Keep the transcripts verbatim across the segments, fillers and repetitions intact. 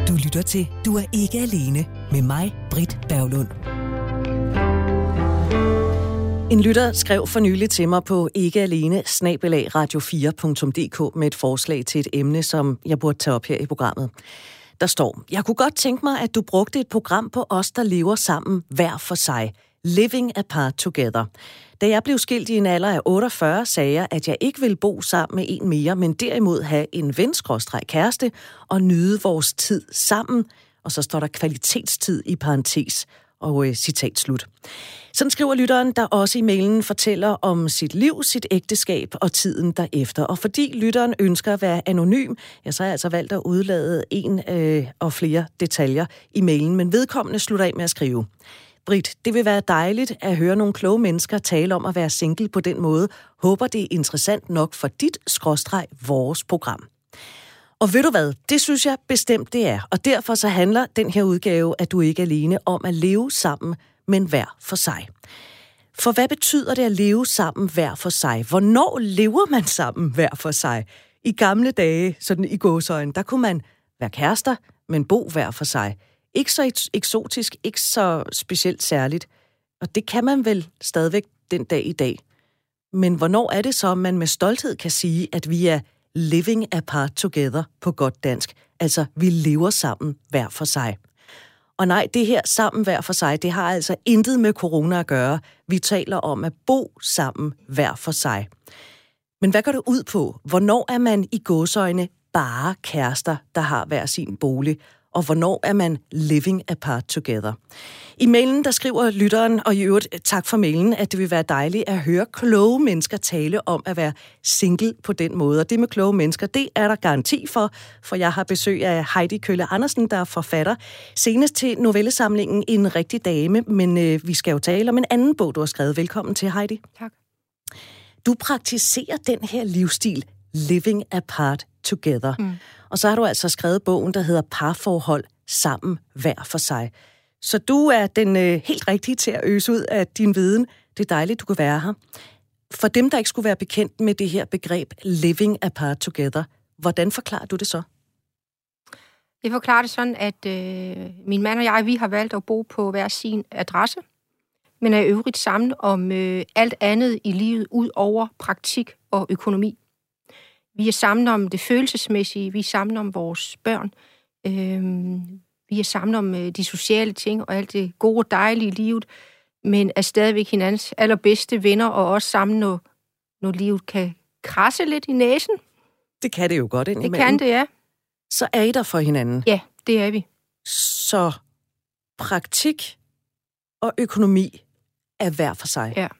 Du lytter til Du er ikke alene med mig, Britt Berglund. En lytter skrev for nylig til mig på ikkealene snabel-a radio fire punktum d k med et forslag til et emne, som jeg burde tage op her i programmet. Der står: Jeg kunne godt tænke mig, at du brugte et program på os, der lever sammen hver for sig. Living apart together. Da jeg blev skilt i en alder af otteogfyrre, sagde jeg, at jeg ikke ville bo sammen med en mere, men derimod have en ven-kæreste og nyde vores tid sammen. Og så står der kvalitetstid i parentes og øh, citat slut. Sådan skriver lytteren, der også i mailen fortæller om sit liv, sit ægteskab og tiden derefter. Og fordi lytteren ønsker at være anonym, ja, så har jeg altså valgt at udlade en øh, og flere detaljer i mailen, men vedkommende slutter af med at skrive: Britt, det vil være dejligt at høre nogle kloge mennesker tale om at være single på den måde. Håber, det er interessant nok for dit skråstreg vores program. Og ved du hvad, det synes jeg bestemt det er. Og derfor så handler den her udgave, at du ikke er alene, om at leve sammen, men hver for sig. For hvad betyder det at leve sammen hver for sig? Hvornår lever man sammen hver for sig? I gamle dage, sådan i gåseøjne, der kunne man være kærester, men bo hver for sig. Ikke så eksotisk, ikke så specielt særligt. Og det kan man vel stadigvæk den dag i dag. Men hvornår er det så, at man med stolthed kan sige, at vi er living apart together på godt dansk? Altså, vi lever sammen hver for sig. Og nej, det her sammen hver for sig, det har altså intet med corona at gøre. Vi taler om at bo sammen hver for sig. Men hvad går det ud på? Hvornår er man i gåseøjne bare kærester, der har hver sin bolig? Og hvornår er man living apart together? I mailen, der skriver lytteren, og i øvrigt tak for mailen, at det vil være dejligt at høre kloge mennesker tale om at være single på den måde. Og det med kloge mennesker, det er der garanti for, for jeg har besøg af Heidi Kølle Andersen, der er forfatter. Senest til novellesamlingen En rigtig dame, men øh, vi skal jo tale om en anden bog, du har skrevet. Velkommen til, Heidi. Tak. Du praktiserer den her livsstil, living apart together. Mm. Og så har du altså skrevet bogen, der hedder Parforhold sammen hver for sig. Så du er den øh, helt rigtige til at øse ud af din viden. Det er dejligt, du kan være her. For dem, der ikke skulle være bekendt med det her begreb living apart together, hvordan forklarer du det så? Jeg forklarer det sådan, at øh, min mand og jeg, vi har valgt at bo på hver sin adresse, men er i øvrigt sammen om øh, alt andet i livet ud over praktik og økonomi. Vi er sammen om det følelsesmæssige, vi er sammen om vores børn, øhm, vi er sammen om øh, de sociale ting og alt det gode og dejlige i livet, men er stadigvæk hinandens allerbedste venner, og også sammen, når, når livet kan krasse lidt i næsen. Det kan det jo godt indimellem. Det kan det, ja. Så er I der for hinanden? Ja, det er vi. Så praktik og økonomi er hver for sig? Ja,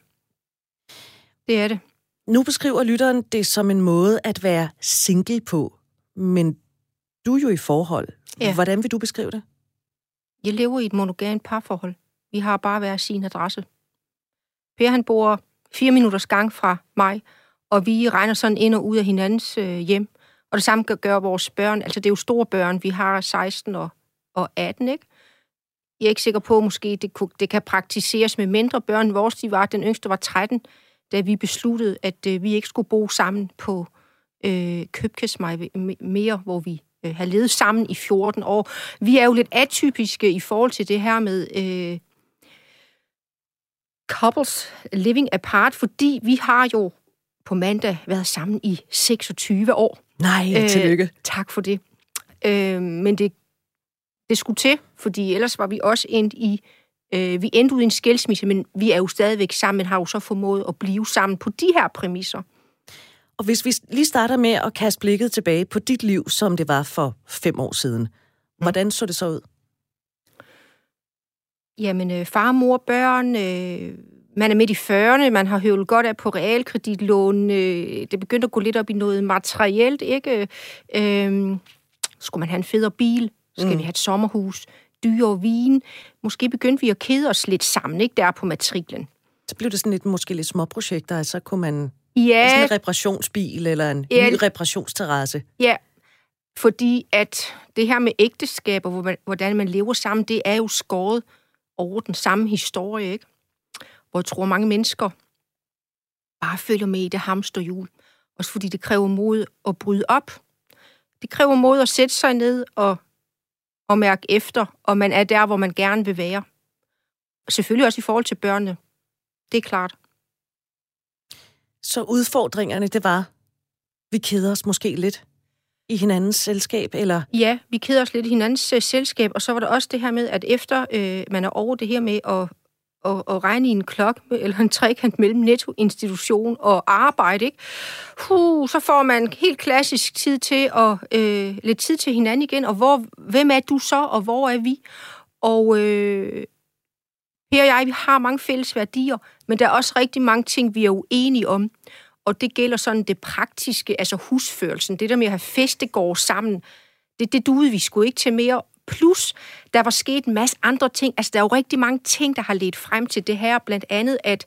det er det. Nu beskriver lytteren det som en måde at være single på, men du er jo i forhold. Ja. Hvordan vil du beskrive det? Jeg lever i et monogamt parforhold. Vi har bare hver sin adresse. Per, han bor fire minutters gang fra mig, og vi regner sådan ind og ud af hinandens øh, hjem. Og det samme gør vores børn. Altså, det er jo store børn. Vi har seksten og, og atten, ikke? Jeg er ikke sikker på, at måske det, kunne, det kan praktiseres med mindre børn. Vores, de var, den yngste var tretten, da vi besluttede, at øh, vi ikke skulle bo sammen på øh, Købkæsmej mere, hvor vi øh, har levet sammen i fjorten år. Vi er jo lidt atypiske i forhold til det her med øh, couples living apart, fordi vi har jo på mandag været sammen i seksogtyve år. Nej, øh, tillykke. Tak for det. Øh, men det, det skulle til, fordi ellers var vi også endt i Øh, vi endte ud i en skilsmisse, men vi er jo stadigvæk sammen, men har jo så formået at blive sammen på de her præmisser. Og hvis vi lige starter med at kaste blikket tilbage på dit liv, som det var for fem år siden. Hvordan så det så ud? Jamen, øh, far, mor, børn, øh, man er midt i fyrrerne, man har høvlet godt af på realkreditlån, øh, det begyndte at gå lidt op i noget materielt, ikke? Øh, skulle man have en federe bil? Skal mm. vi have et sommerhus? Dyre vin. Måske begyndte vi at kede os lidt sammen, ikke, der på matriklen. Så blev det sådan lidt, måske lidt småprojekter, så kunne man... Ja. Sådan en reparationsbil eller en ja. ny reparationsterrasse. Ja, fordi at det her med ægteskaber, hvor man, hvordan man lever sammen, det er jo skåret over den samme historie, ikke? Hvor jeg tror, mange mennesker bare følger med i det hamsterhjul. Også fordi det kræver mod at bryde op. Det kræver mod at sætte sig ned og og mærke efter, og man er der, hvor man gerne vil være. Selvfølgelig også i forhold til børnene. Det er klart. Så udfordringerne, det var, vi keder os måske lidt i hinandens selskab, eller? Ja, vi keder os lidt i hinandens uh, selskab, og så var der også det her med, at efter øh, man er over det her med at, at, at regne i en klok, eller en trekant mellem nettoinstitution og arbejde, ikke? Uh, så får man helt klassisk tid til at øh, lidt tid til hinanden igen, og hvor, hvem er du så, og hvor er vi? Og øh, Per og jeg, vi har mange fælles værdier, men der er også rigtig mange ting, vi er uenige om. Og det gælder sådan det praktiske, altså husførelsen, det der med at have festegård sammen, det, det duede vi sgu ikke til mere. Plus, der var sket en masse andre ting. Altså, der er jo rigtig mange ting, der har ledt frem til det her. Blandt andet, at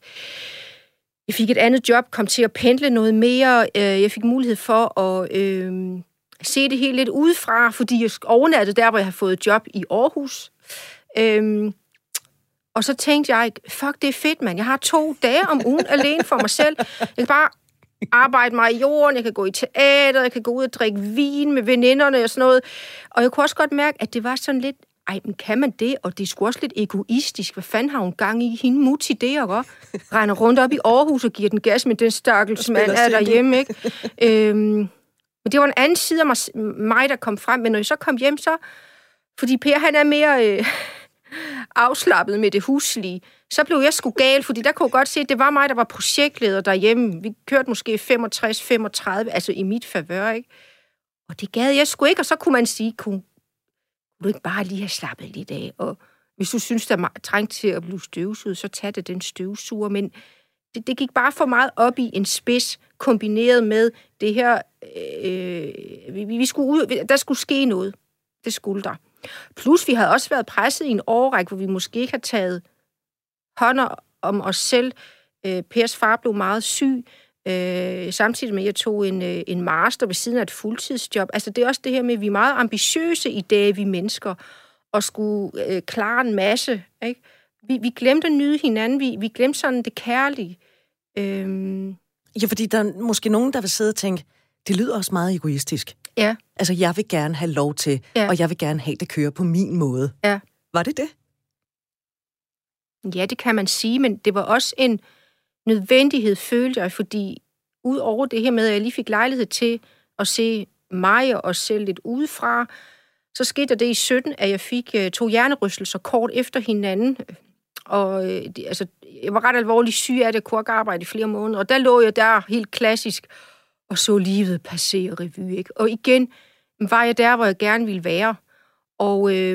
jeg fik et andet job, kom til at pendle noget mere. Jeg fik mulighed for at øh, se det helt lidt udefra, fordi jeg overnattede der, hvor jeg har fået job i Aarhus. Øh, og så tænkte jeg, fuck, det er fedt, mand. Jeg har to dage om ugen alene for mig selv. Jeg kan bare arbejde mig i jorden, jeg kan gå i teater, jeg kan gå ud og drikke vin med veninderne og sådan noget. Og jeg kunne også godt mærke, at det var sådan lidt, ej, men kan man det? Og det er sgu også lidt egoistisk. Hvad fanden har hun gang i? Hende mutti det, ikke? Render rundt op i Aarhus og giver den gas med den stakkels mand er derhjemme, ikke? øhm, men det var en anden side af mig, mig, der kom frem. Men når jeg så kom hjem, så... Fordi Per, han er mere... Øh, afslappet med det huslige, så blev jeg sgu gal, fordi der kunne jeg godt se, at det var mig, der var projektleder derhjemme. Vi kørte måske femogtres femogtredive, altså i mit favør, ikke? Og det gad jeg sgu ikke, og så kunne man sige, kunne du ikke bare lige have slappet lidt af, og hvis du synes, der er trængt til at blive støvsuget, så tag det den støvsuger, men det, det gik bare for meget op i en spids, kombineret med det her, øh, vi, vi skulle ud, der skulle ske noget. Det skulle der. Plus, vi havde også været presset i en årrække, hvor vi måske ikke har taget hånd om os selv. Øh, Pers far blev meget syg, øh, samtidig med, at jeg tog en, øh, en master ved siden af et fuldtidsjob. Altså, det er også det her med, at vi er meget ambitiøse i dag, vi mennesker, og skulle øh, klare en masse. Ikke? Vi, vi glemte at nyde hinanden. Vi, vi glemte sådan det kærlige. Øh... Ja, fordi der er måske nogen, der vil sidde og tænke, det lyder også meget egoistisk. Ja. Altså, jeg vil gerne have lov til, ja. Og jeg vil gerne have det køre på min måde. Ja. Var det det? Ja, det kan man sige, men det var også en nødvendighed, følte jeg, fordi ud over det her med, at jeg lige fik lejlighed til at se mig og os selv lidt udefra, så skete der det i sytten, at jeg fik uh, to hjernerystelser kort efter hinanden. Og uh, det, altså, jeg var ret alvorligt syg af det, jeg kunne ikke arbejde i flere måneder, og der lå jeg der helt klassisk og så livet passere revy, ikke? Og igen var jeg der, hvor jeg gerne ville være. Og øh,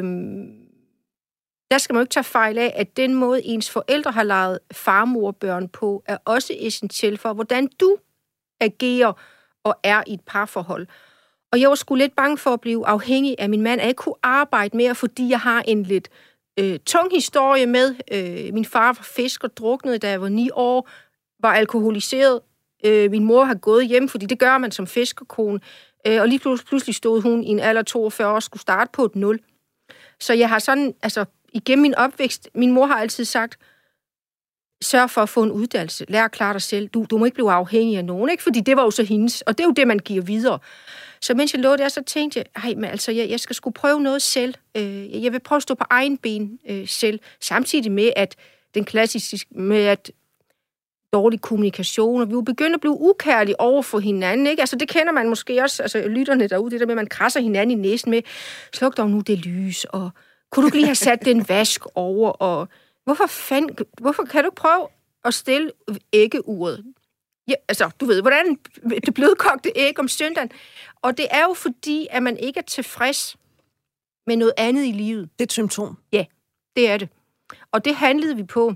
der skal man jo ikke tage fejl af, at den måde, ens forældre har leget farmorbørn på, er også essentiel for, hvordan du agerer og er i et parforhold. Og jeg var sgu lidt bange for at blive afhængig af min mand, at jeg ikke kunne arbejde mere, fordi jeg har en lidt øh, tung historie med. Øh, min far var fisker, druknede, da jeg var ni år, var alkoholiseret. Øh, min mor har gået hjem, fordi det gør man som fiskerkone. Øh, og lige pludselig stod hun i en alder toogfyrre år og skulle starte på et nul. Så jeg har sådan, altså igennem min opvækst, min mor har altid sagt, sørg for at få en uddannelse, lær at klare dig selv, du, du må ikke blive afhængig af nogen, ikke? Fordi det var jo så hendes, og det er jo det, man giver videre. Så mens jeg lå der, så tænkte jeg, ej, men altså, jeg, jeg skal sgu prøve noget selv. Øh, jeg vil prøve at stå på egen ben øh, selv, samtidig med, at den klassiske, med at dårlig kommunikation, og vi er jo begyndt at blive ukærlige over for hinanden, ikke? Altså, det kender man måske også, altså lytterne derude, det der med, at man krasser hinanden i næsen med, sluk dog nu det lys, og kunne du ikke lige have sat den vask over, og hvorfor fanden, hvorfor kan du ikke prøve at stille æggeuret? Ja, altså, du ved, hvordan det blødkogte æg om søndagen, og det er jo fordi, at man ikke er tilfreds med noget andet i livet. Det er et symptom. Ja, det er det. Og det handlede vi på.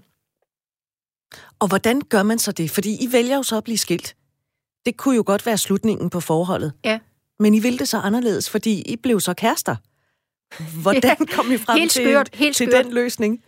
Og hvordan gør man så det? Fordi I vælger jo så at blive skilt. Det kunne jo godt være slutningen på forholdet. Ja. Men I ville det så anderledes, fordi I blev så kærester. Hvordan ja, kom I frem helt til, skørt, helt til skørt. Den løsning?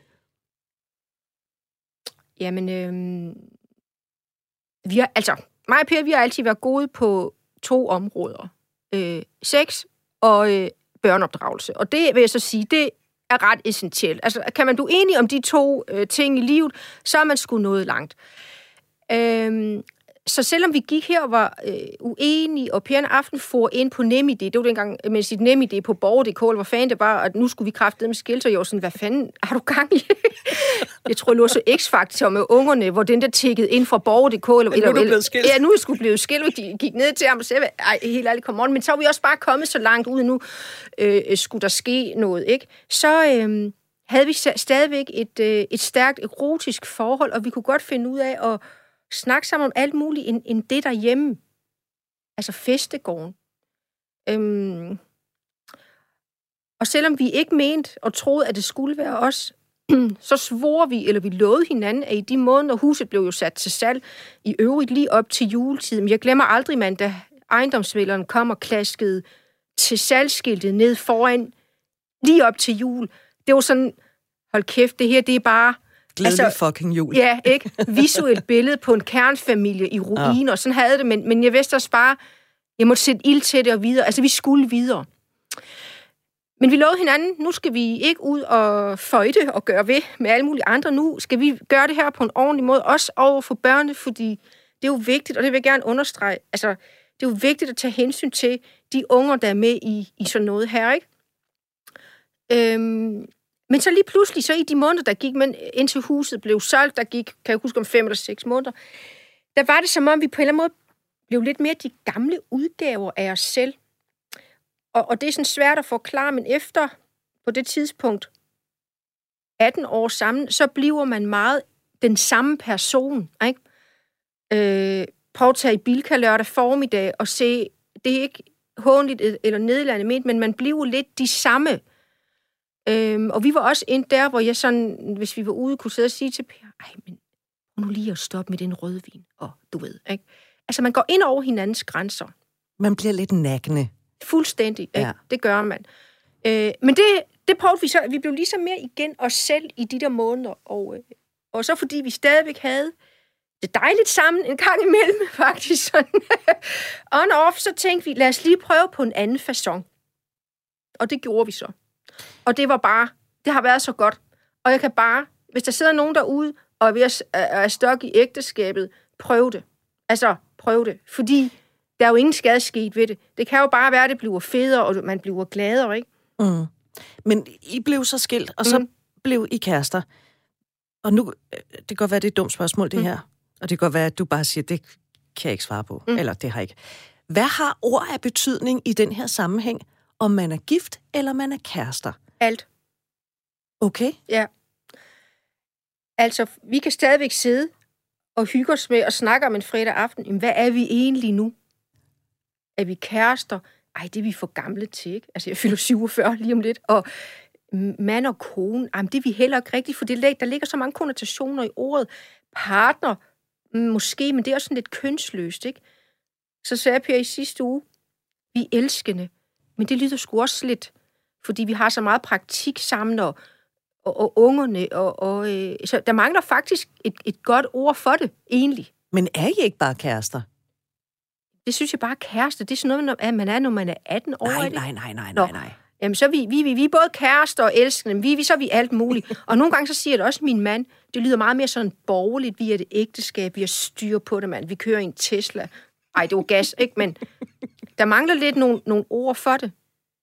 Jamen, øh, vi har, altså, mig og Per, vi har altid været gode på to områder. Øh, sex og øh, børneopdragelse. Og det vil jeg så sige, det er ret essentielt. Altså, kan man blive enig om de to øh, ting i livet, så er man sgu nået langt. Øhm, så selvom vi gik her og var øh, uenige, og Per en aften for ind på NemID, det var dengang med sit NemID på borger punktum d k, eller hvor fanden det var, at nu skulle vi kraftedeme med skilte, og jeg var sådan, hvad fanden har du gang i? Jeg tror, det lå så X-faktor med ungerne, hvor den der tikkede ind fra borger punktum d k, eller, eller, nu er du blevet skilt. Ja, nu er jeg skulle blive skilt, og de gik ned til ham og sagde, ej, helt ærligt, come on. Men så var vi også bare kommet så langt ud, nu øh, skulle der ske noget, ikke? Så øh, havde vi stadigvæk et, øh, et stærkt erotisk forhold, og vi kunne godt finde ud af at snakke sammen om alt muligt end, end det derhjemme. Altså festegården. Øhm. Og selvom vi ikke mente og troede, at det skulle være os, så svor vi, eller vi lovede hinanden, at i de måneder, huset blev jo sat til salg, i øvrigt lige op til juletid. Men jeg glemmer aldrig, man, da ejendomsvælgeren kom og klaskede til salgsskiltet ned foran, lige op til jul. Det var sådan, hold kæft, det her, det er bare... Glædelig altså, fucking jul. Ja, ikke? Visuelt billede på en kernfamilie i ruiner, ja. Sådan havde det, men, men jeg vidste også bare, jeg måtte sætte ild til det og videre. Altså, vi skulle videre. Men vi lovede hinanden, nu skal vi ikke ud og føjte og gøre ved med alle mulige andre. Nu skal vi gøre det her på en ordentlig måde, også over for børnene, fordi det er jo vigtigt, og det vil jeg gerne understrege. Altså, det er jo vigtigt at tage hensyn til de unger, der er med i, i sådan noget her, ikke? Øhm, men så lige pludselig, så i de måneder, der gik, men indtil huset blev solgt, der gik, kan jeg huske, om fem eller seks måneder, der var det som om, vi på en eller anden måde blev lidt mere de gamle udgaver af os selv. Og, og det er sådan svært at forklare, men efter på det tidspunkt, atten år sammen, så bliver man meget den samme person, ikke? Øh, prøv at tage i Bilka lørdag formiddag og se, det er ikke hånligt eller nedladende ment, men man bliver lidt de samme. Øhm, og vi var også ind der, hvor jeg sådan, hvis vi var ude, kunne sidde og sige til Per, ej, men nu lige at stoppe med den rødvin, og du ved, ikke? Altså, man går ind over hinandens grænser. Man bliver lidt nakkende. Fuldstændig, ikke? Ja. Det gør man. Øh, men det, det prøvede vi så, vi blev ligesom mere igen os selv i de der måneder, og, øh, og så fordi vi stadigvæk havde det dejligt sammen en gang imellem, faktisk sådan on off, så tænkte vi, lad os lige prøve på en anden facon. Og det gjorde vi så. Og det var bare, det har været så godt. Og jeg kan bare, hvis der sidder nogen derude, og er, ved at, er stok i ægteskabet, prøv det. Altså, prøv det. Fordi der er jo ingen skade sket ved det. Det kan jo bare være, at det bliver federe, og man bliver gladere, ikke? Mm. Men I blev så skilt, og så mm. blev I kærester. Og nu, det kan godt være, det er et dumt spørgsmål, det mm. her. Og det kan godt være, at du bare siger, det kan jeg ikke svare på. Mm. Eller det har jeg ikke. Hvad har ord af betydning i den her sammenhæng, om man er gift, eller man er kærester? Alt. Okay. Ja. Altså, vi kan stadigvæk sidde og hygge os med og snakke om en fredag aften. Jamen, hvad er vi egentlig nu? Er vi kærester? Ej, det er vi for gamle til, ikke? Altså, jeg fylder syvogfyrre lige om lidt. Og mand og kone, jamen, det er vi heller ikke rigtigt, for det, der ligger så mange konnotationer i ordet. Partner, måske, men det er også sådan lidt kønsløst, ikke? Så sagde Per i sidste uge, vi er elskende. Men det lyder sgu også lidt, fordi vi har så meget praktik sammen, og, og, og ungerne, og, og øh, så der mangler faktisk et, et godt ord for det, egentlig. Men er I ikke bare kærester? Det synes jeg bare kærester. Det er sådan noget, at man er, når man er atten år. Nej, nej, nej, nej, nej, nej. Jamen, så er vi, vi, vi, vi er både kærester og elskende, vi, vi, så er vi alt muligt. Og nogle gange så siger det også min mand, det lyder meget mere sådan borgerligt, vi er det ægteskab, vi har styr på det, mand. Vi kører i en Tesla. Ej, det var gas, ikke? Men der mangler lidt nogle, nogle ord for det.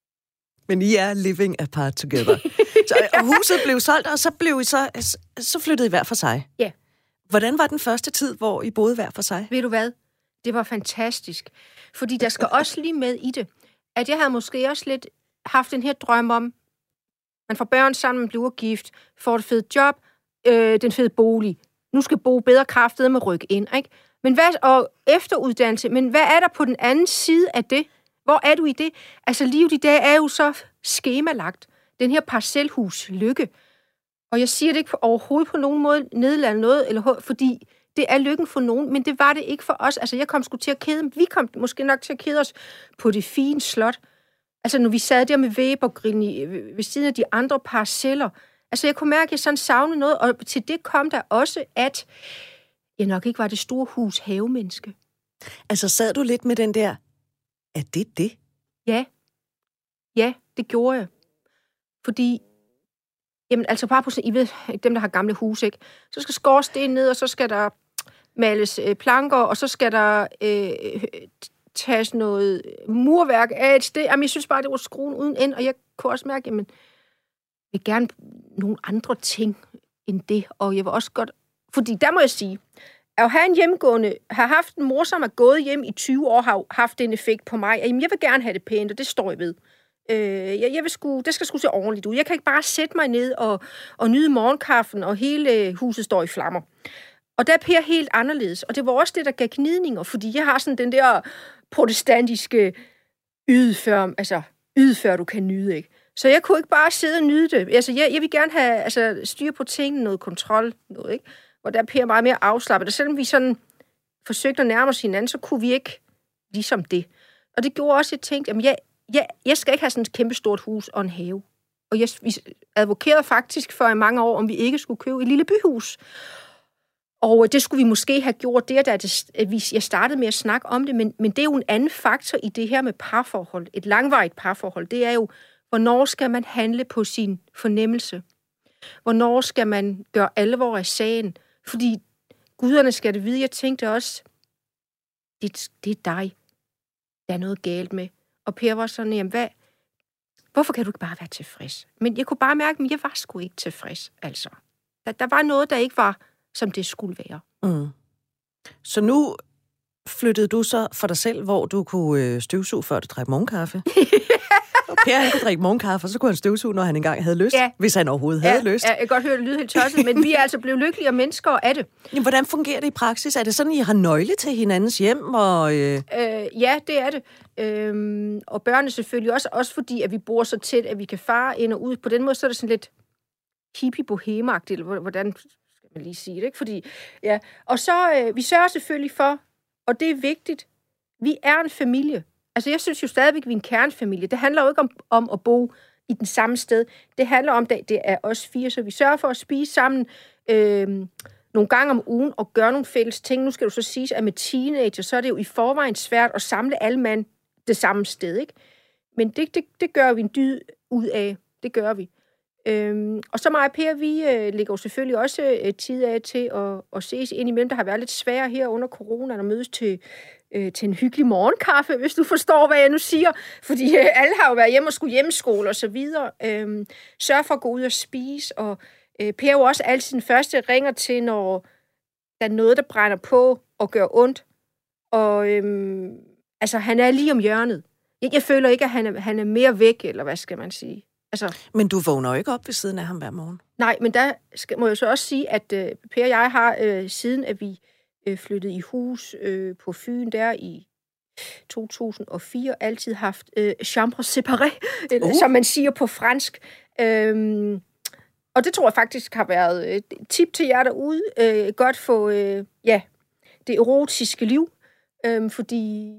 Men I er living apart together. Så, og huset blev solgt, og så blev I så, så flyttede I hver for sig. Ja. Hvordan var den første tid, hvor I boede hver for sig? Ved du hvad? Det var fantastisk. Fordi der skal også lige med i det, at jeg havde måske også lidt haft den her drøm om, man får børn sammen, man bliver gift, får et fedt job, øh, den fede bolig. Nu skal bo bedre kraftet med ryg ind, ikke? Men hvad, og efteruddannelse, men hvad er der på den anden side af det? Hvor er du i det? Altså, livet i dag er jo så skemalagt. Den her parcelhus lykke. Og jeg siger det ikke overhovedet på nogen måde nedladende noget, eller, fordi det er lykken for nogen, men det var det ikke for os. Altså, jeg kom sgu til at kede, vi kom måske nok til at kede os på det fine slot. Altså, når vi sad der med Webergrillen i, ved siden af de andre parceller. Altså, jeg kunne mærke, at jeg sådan savnede noget, og til det kom der også, at jeg nok ikke var det store hus havemenneske. Altså, sad du lidt med den der, er det det? Ja. Ja, det gjorde jeg. Fordi, jamen, altså bare på sådan, I ved, dem, der har gamle huse, ikke? Så skal skorstenen ned, og så skal der males øh, planker, og så skal der øh, tages noget murværk af et sted. Jamen, jeg synes bare, det var skruen uden ende, og jeg kunne også mærke, jamen, jeg vil gerne nogle andre ting end det, og jeg vil også godt... Fordi der må jeg sige, at have en hjemmegående, har haft en mor, som er gået hjem i tyve år, har haft en effekt på mig. Jamen, jeg vil gerne have det pænt, og det står jeg ved. Øh, jeg, jeg vil sku, det skal sgu se ordentligt ud. Jeg kan ikke bare sætte mig ned og, og nyde morgenkaffen, og hele huset står i flammer. Og der er Per helt anderledes, og det var også det, der gav gnidninger, fordi jeg har sådan den der protestantiske yd før, altså yd før du kan nyde, ikke? Så jeg kunne ikke bare sidde og nyde det. Altså, jeg, jeg vil gerne have altså, styr på tingene, noget kontrol, noget, ikke? Hvor der er Per meget mere afslappet. Og selvom vi sådan forsøgte at nærme os hinanden, så kunne vi ikke ligesom det. Og det gjorde også, at jeg tænkte, jamen, jeg, jeg, jeg skal ikke have sådan et kæmpestort hus og en have. Og jeg, vi advokerede faktisk for i mange år, om vi ikke skulle købe et lille byhus. Og det skulle vi måske have gjort der, da det, jeg startede med at snakke om det, men, men det er jo en anden faktor i det her med parforhold. Et langvarigt parforhold, det er jo, hvornår skal man handle på sin fornemmelse? Hvornår skal man gøre alvor af sagen? Fordi guderne skal det vide, jeg tænkte også, det, det er dig, der er noget galt med. Og Per var sådan, jamen hvad, hvorfor kan du ikke bare være tilfreds? Men jeg kunne bare mærke, at jeg var sgu ikke tilfreds, altså. Der, der var noget, der ikke var, som det skulle være. Mm. Så nu flyttede du så for dig selv, hvor du kunne støvsuge, før du drak morgenkaffe? Og Per, han kunne drikke morgenkaffe, og så kunne han støvsuge, når han engang havde lyst, ja. Hvis han overhovedet ja, havde lyst. Ja, jeg kan godt høre, det lyder helt tosset, men vi er altså blevet lykkeligere mennesker af det. Jamen, hvordan fungerer det i praksis? Er det sådan, I har nøgle til hinandens hjem? Og, øh... Øh, ja, det er det. Øhm, og børnene selvfølgelig også, også fordi, at vi bor så tæt, at vi kan fare ind og ud. På den måde, så er det sådan lidt hippie-bohemagtigt, eller hvordan skal man lige sige det, ikke? Fordi, ja. Og så, øh, vi sørger selvfølgelig for, og det er vigtigt, vi er en familie. Altså, jeg synes jo stadigvæk, at vi er en kernefamilie. Det handler jo ikke om, om at bo i den samme sted. Det handler om, at det er os fire, så vi sørger for at spise sammen øh, nogle gange om ugen og gøre nogle fælles ting. Nu skal du så sige, at med teenager, så er det jo i forvejen svært at samle alle mand det samme sted, ikke? Men det, det, det gør vi en dyd ud af. Det gør vi. Øhm, og så mig og Per, vi øh, lægger jo selvfølgelig også øh, tid af til at, at ses indimellem. Der har været lidt sværere her under corona, at mødes til, øh, til en hyggelig morgenkaffe, hvis du forstår, hvad jeg nu siger. Fordi øh, alle har jo været hjemme og skulle hjemmeskole og så videre. Øhm, sørg for at gå ud og spise. Og øh, Per er jo også altid den første ringer til, når der er noget, der brænder på og gør ondt. Og øhm, altså, han er lige om hjørnet. Jeg, jeg føler ikke, at han er, han er mere væk, eller hvad skal man sige. Altså, men du vågner jo ikke op ved siden af ham hver morgen. Nej, men der skal, må jeg så også sige, at øh, Per og jeg har, øh, siden at vi øh, flyttede i hus øh, på Fyn der i to tusind og fire, altid haft øh, chambre séparée, uh. som man siger på fransk. Øhm, og det tror jeg faktisk har været et tip til jer derude. Øh, godt for øh, ja, det erotiske liv, øh, fordi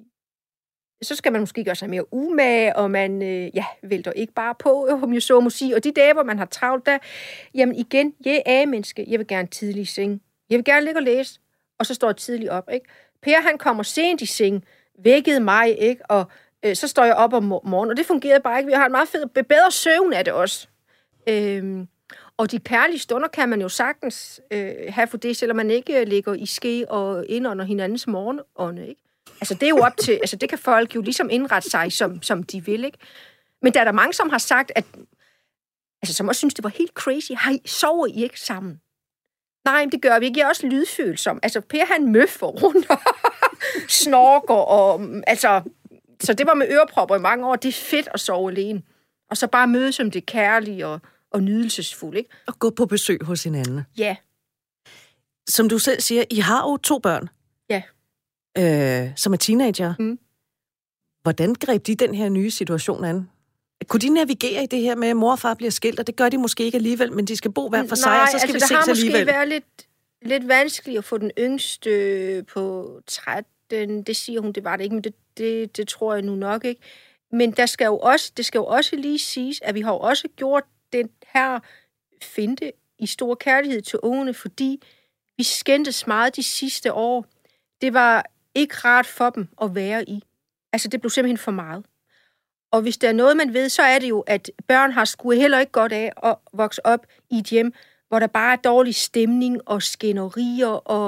så skal man måske gøre sig mere umage, og man øh, ja, vælter ikke bare på, om jeg så må sige. Og de dage, hvor man har travlt, der, jamen igen, jeg er menneske, jeg vil gerne tidlig i seng. Jeg vil gerne ligge og læse, og så står jeg tidligt op, ikke? Per, han kommer sent i seng, vækkede mig, ikke? Og øh, så står jeg op om morgenen, og det fungerede bare ikke. Vi har en meget fed, bedre søvn af det også. Øhm, og de kærlige stunder kan man jo sagtens øh, have for det, selvom man ikke ligger i ske og ind under hinandens morgenånde, ikke? Altså, det er jo op til, altså, det kan folk jo ligesom indrette sig, som, som de vil, ikke? Men der er der mange, som har sagt, at, altså, som også synes, det var helt crazy. Har I, sover I ikke sammen? Nej, men det gør vi ikke. Jeg er også lydfølsom. Altså, Per, han møffer rundt og snorker, og, altså, så det var med ørepropper i mange år. Det er fedt at sove alene. Og så bare mødes som det kærlige og, og nydelsesfulde, ikke? Og gå på besøg hos hinanden. Ja. Som du selv siger, I har jo to børn. Ja. Øh, som er teenager. Mm. Hvordan greb de den her nye situation an? Kunne de navigere i det her med, at mor og far bliver skilt, og det gør de måske ikke alligevel, men de skal bo hver for sig, Nej, og så skal altså, vi ses alligevel? Det har måske været lidt, lidt vanskeligt at få den yngste på tretten. Det siger hun, det var det ikke, men det, det, det tror jeg nu nok ikke. Men der skal jo også, det skal jo også lige siges, at vi har jo også gjort den her finte i stor kærlighed til ungerne, fordi vi skændtes meget de sidste år. Det var ikke rart for dem at være i. Altså, det blev simpelthen for meget. Og hvis der er noget, man ved, så er det jo, at børn har sgu heller ikke godt af at vokse op i et hjem, hvor der bare er dårlig stemning og skænderier og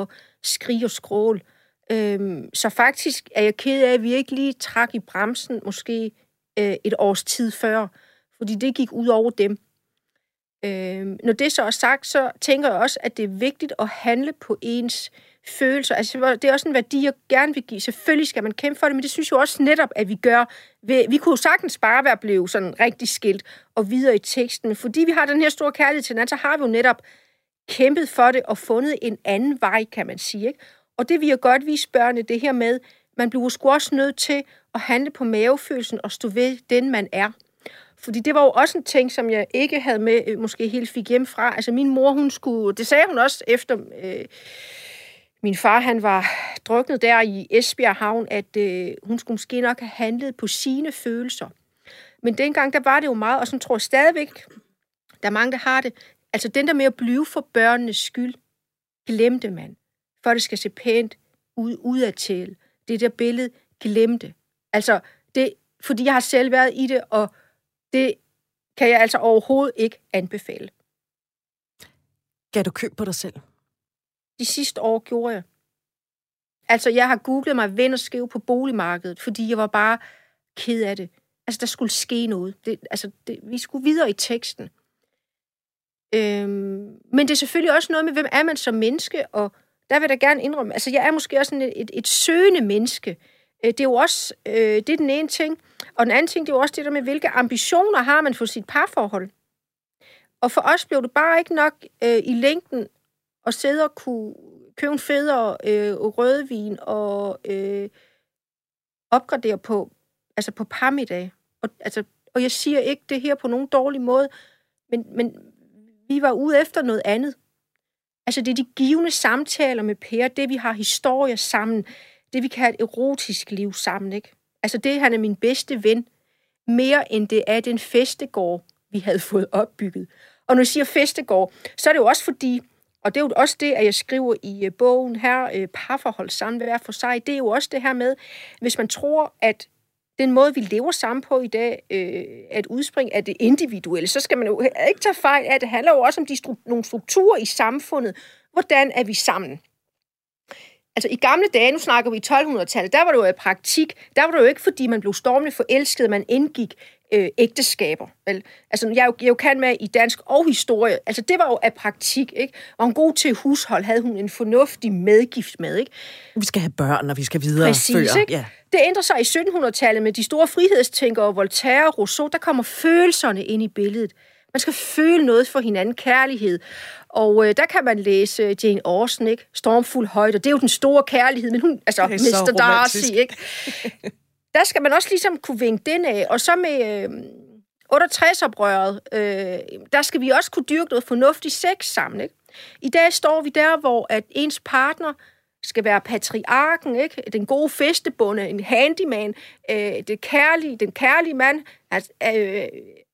skrig og skrål. Øhm, så faktisk er jeg ked af, at vi ikke lige trak i bremsen måske øh, et års tid før, fordi det gik ud over dem. Øhm, når det så er sagt, så tænker jeg også, at det er vigtigt at handle på ens følelser. Altså, det er også en værdi, jeg gerne vil give. Selvfølgelig skal man kæmpe for det, men det synes jeg også netop, at vi gør. Vi kunne jo sagtens bare være blevet sådan rigtig skilt og videre i teksten, men fordi vi har den her store kærlighed til hinanden, så har vi jo netop kæmpet for det og fundet en anden vej, kan man sige, ikke? Og det vil jeg godt vise børnene, det her med, man bliver sgu også nødt til at handle på mavefølelsen og stå ved den, man er. Fordi det var jo også en ting, som jeg ikke havde med, måske helt fik hjem fra. Altså min mor, hun skulle, det sagde hun også efter, øh, min far, han var druknet der i Esbjerg Havn, at øh, hun skulle måske nok have handlet på sine følelser. Men dengang, der var det jo meget, og sådan tror jeg stadigvæk, der er mange, der har det, altså den der med at blive for børnenes skyld, glemte man. For det skal se pænt ud, udadtil. Det der billede, glemte. Altså, det, fordi jeg har selv været i det, og det kan jeg altså overhovedet ikke anbefale. Gav du køb på dig selv? De sidste år gjorde jeg. Altså, jeg har googlet mig ven og skæv på boligmarkedet, fordi jeg var bare ked af det. Altså, der skulle ske noget. Det, altså, det, vi skulle videre i teksten. Øhm, men det er selvfølgelig også noget med, hvem er man som menneske, og der vil jeg da gerne indrømme, altså, jeg er måske også sådan et, et, et søgende menneske. Det er jo også, øh, det er den ene ting. Og den anden ting, det er jo også det der med, hvilke ambitioner har man for sit parforhold. Og for os blev det bare ikke nok øh, i længden at sidde og kunne købe en federe øh, rødvin og øh, opgradere på, altså på parmiddag. Og, altså, og jeg siger ikke det her på nogen dårlig måde, men, men vi var ude efter noget andet. Altså det er de givende samtaler med Per, det vi har historier sammen, det vi kan have et erotisk liv sammen, ikke? Altså det, han er min bedste ven, mere end det er den festegård, vi havde fået opbygget. Og når jeg siger festegård, så er det jo også fordi, og det er jo også det, at jeg skriver i uh, bogen her, uh, parforhold sammen hver for sig, det er jo også det her med, hvis man tror, at den måde, vi lever sammen på i dag, øh, er et udspring af det individuelle, så skal man jo ikke tage fejl af, det handler jo også om de stru- nogle strukturer i samfundet. Hvordan er vi sammen? Altså i gamle dage, nu snakker vi i tolvhundredetallet, der var det jo i praktik, der var det jo ikke, fordi man blev stormende forelsket, man indgik øh, ægteskaber. Vel? Altså jeg er, jo, jeg er jo kendt med i dansk og historie, altså det var jo af praktik, ikke? Var hun god til hushold, havde hun en fornuftig medgift med, ikke? Vi skal have børn, og vi skal videre. Præcis, ikke? Ja. Det ændrer sig i syttenhundredetallet med de store frihedstænkere, Voltaire og Rousseau, der kommer følelserne ind i billedet. Man skal føle noget for hinanden, kærlighed. Og øh, der kan man læse Jane Austen, ikke? Stormfuld højde, og det er jo den store kærlighed, men hun, altså mister Darcy, ikke? Der skal man også ligesom kunne vinke den af. Og så med øh, otteogtres-oprøret, øh, der skal vi også kunne dyrke noget fornuftigt sex sammen, ikke? I dag står vi der, hvor at ens partner skal være patriarken, ikke? Den gode festebonde, en handyman, øh, det kærlige, den kærlige mand, altså, øh,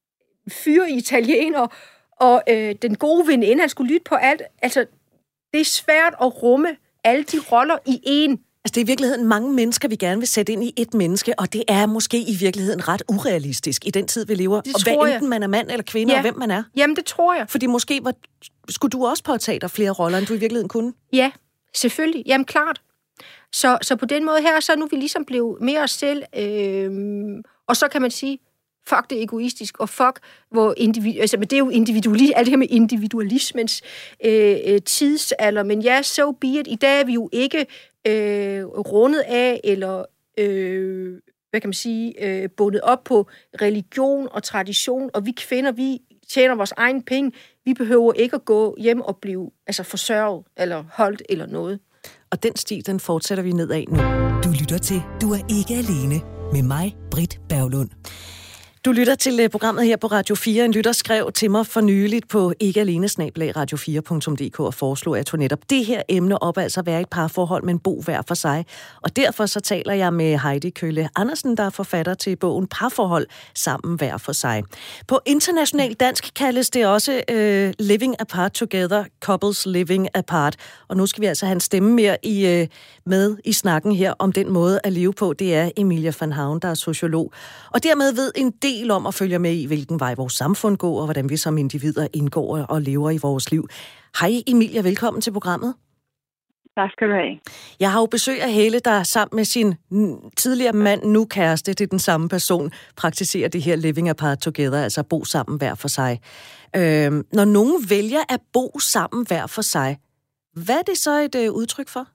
fyre italiener, og øh, den gode veninde, han skulle lytte på alt. Altså, det er svært at rumme alle de roller i en. Altså, det er i virkeligheden mange mennesker, vi gerne vil sætte ind i et menneske, og det er måske i virkeligheden ret urealistisk i den tid, vi lever. Det og hvad enten jeg. man er mand eller kvinde, ja. og hvem man er. Jamen, det tror jeg. Fordi måske var, skulle du også påtage dig flere roller, end du i virkeligheden kunne. Ja, selvfølgelig. Jamen, klart. Så, så på den måde her, så er nu vi ligesom blevet mere os selv, øh, og så kan man sige, fuck det er egoistisk, og fuck, hvor individu- altså, men det er jo individuali- alt det her med individualismens øh, tidsalder, men ja, so be it. I dag er vi jo ikke øh, rundet af, eller øh, hvad kan man sige, øh, bundet op på religion og tradition, og vi kvinder, vi tjener vores egen penge, vi behøver ikke at gå hjem og blive altså, forsørget, eller holdt, eller noget. Og den sti, den fortsætter vi nedad nu. Du lytter til Du er ikke alene med mig, Britt Berglund. Du lytter til programmet her på Radio fire. En lytter skrev til mig for nyligt på ikke alene snabel-a radio fire punktum d k og foreslog, at jeg tog netop det her emne op, altså være et parforhold, men bo hver for sig. Og derfor så taler jeg med Heidi Kølle Andersen, der er forfatter til bogen Parforhold sammen hver for sig. På international dansk kaldes det også uh, Living Apart Together, Couples Living Apart. Og nu skal vi altså have en stemme mere i, uh, med i snakken her om den måde at leve på. Det er Emilia van Havn, der er sociolog. Og dermed ved en del om at følge med i, hvilken vej vores samfund går, og hvordan vi som individer indgår og lever i vores liv. Hej Emilia, velkommen til programmet. Tak skal du have. Jeg har jo besøg af Helle, der sammen med sin tidligere mand, nu kæreste, det er den samme person, praktiserer det her living apart together, altså bo sammen hver for sig. Øh, når nogen vælger at bo sammen hver for sig, hvad er det så et øh, udtryk for?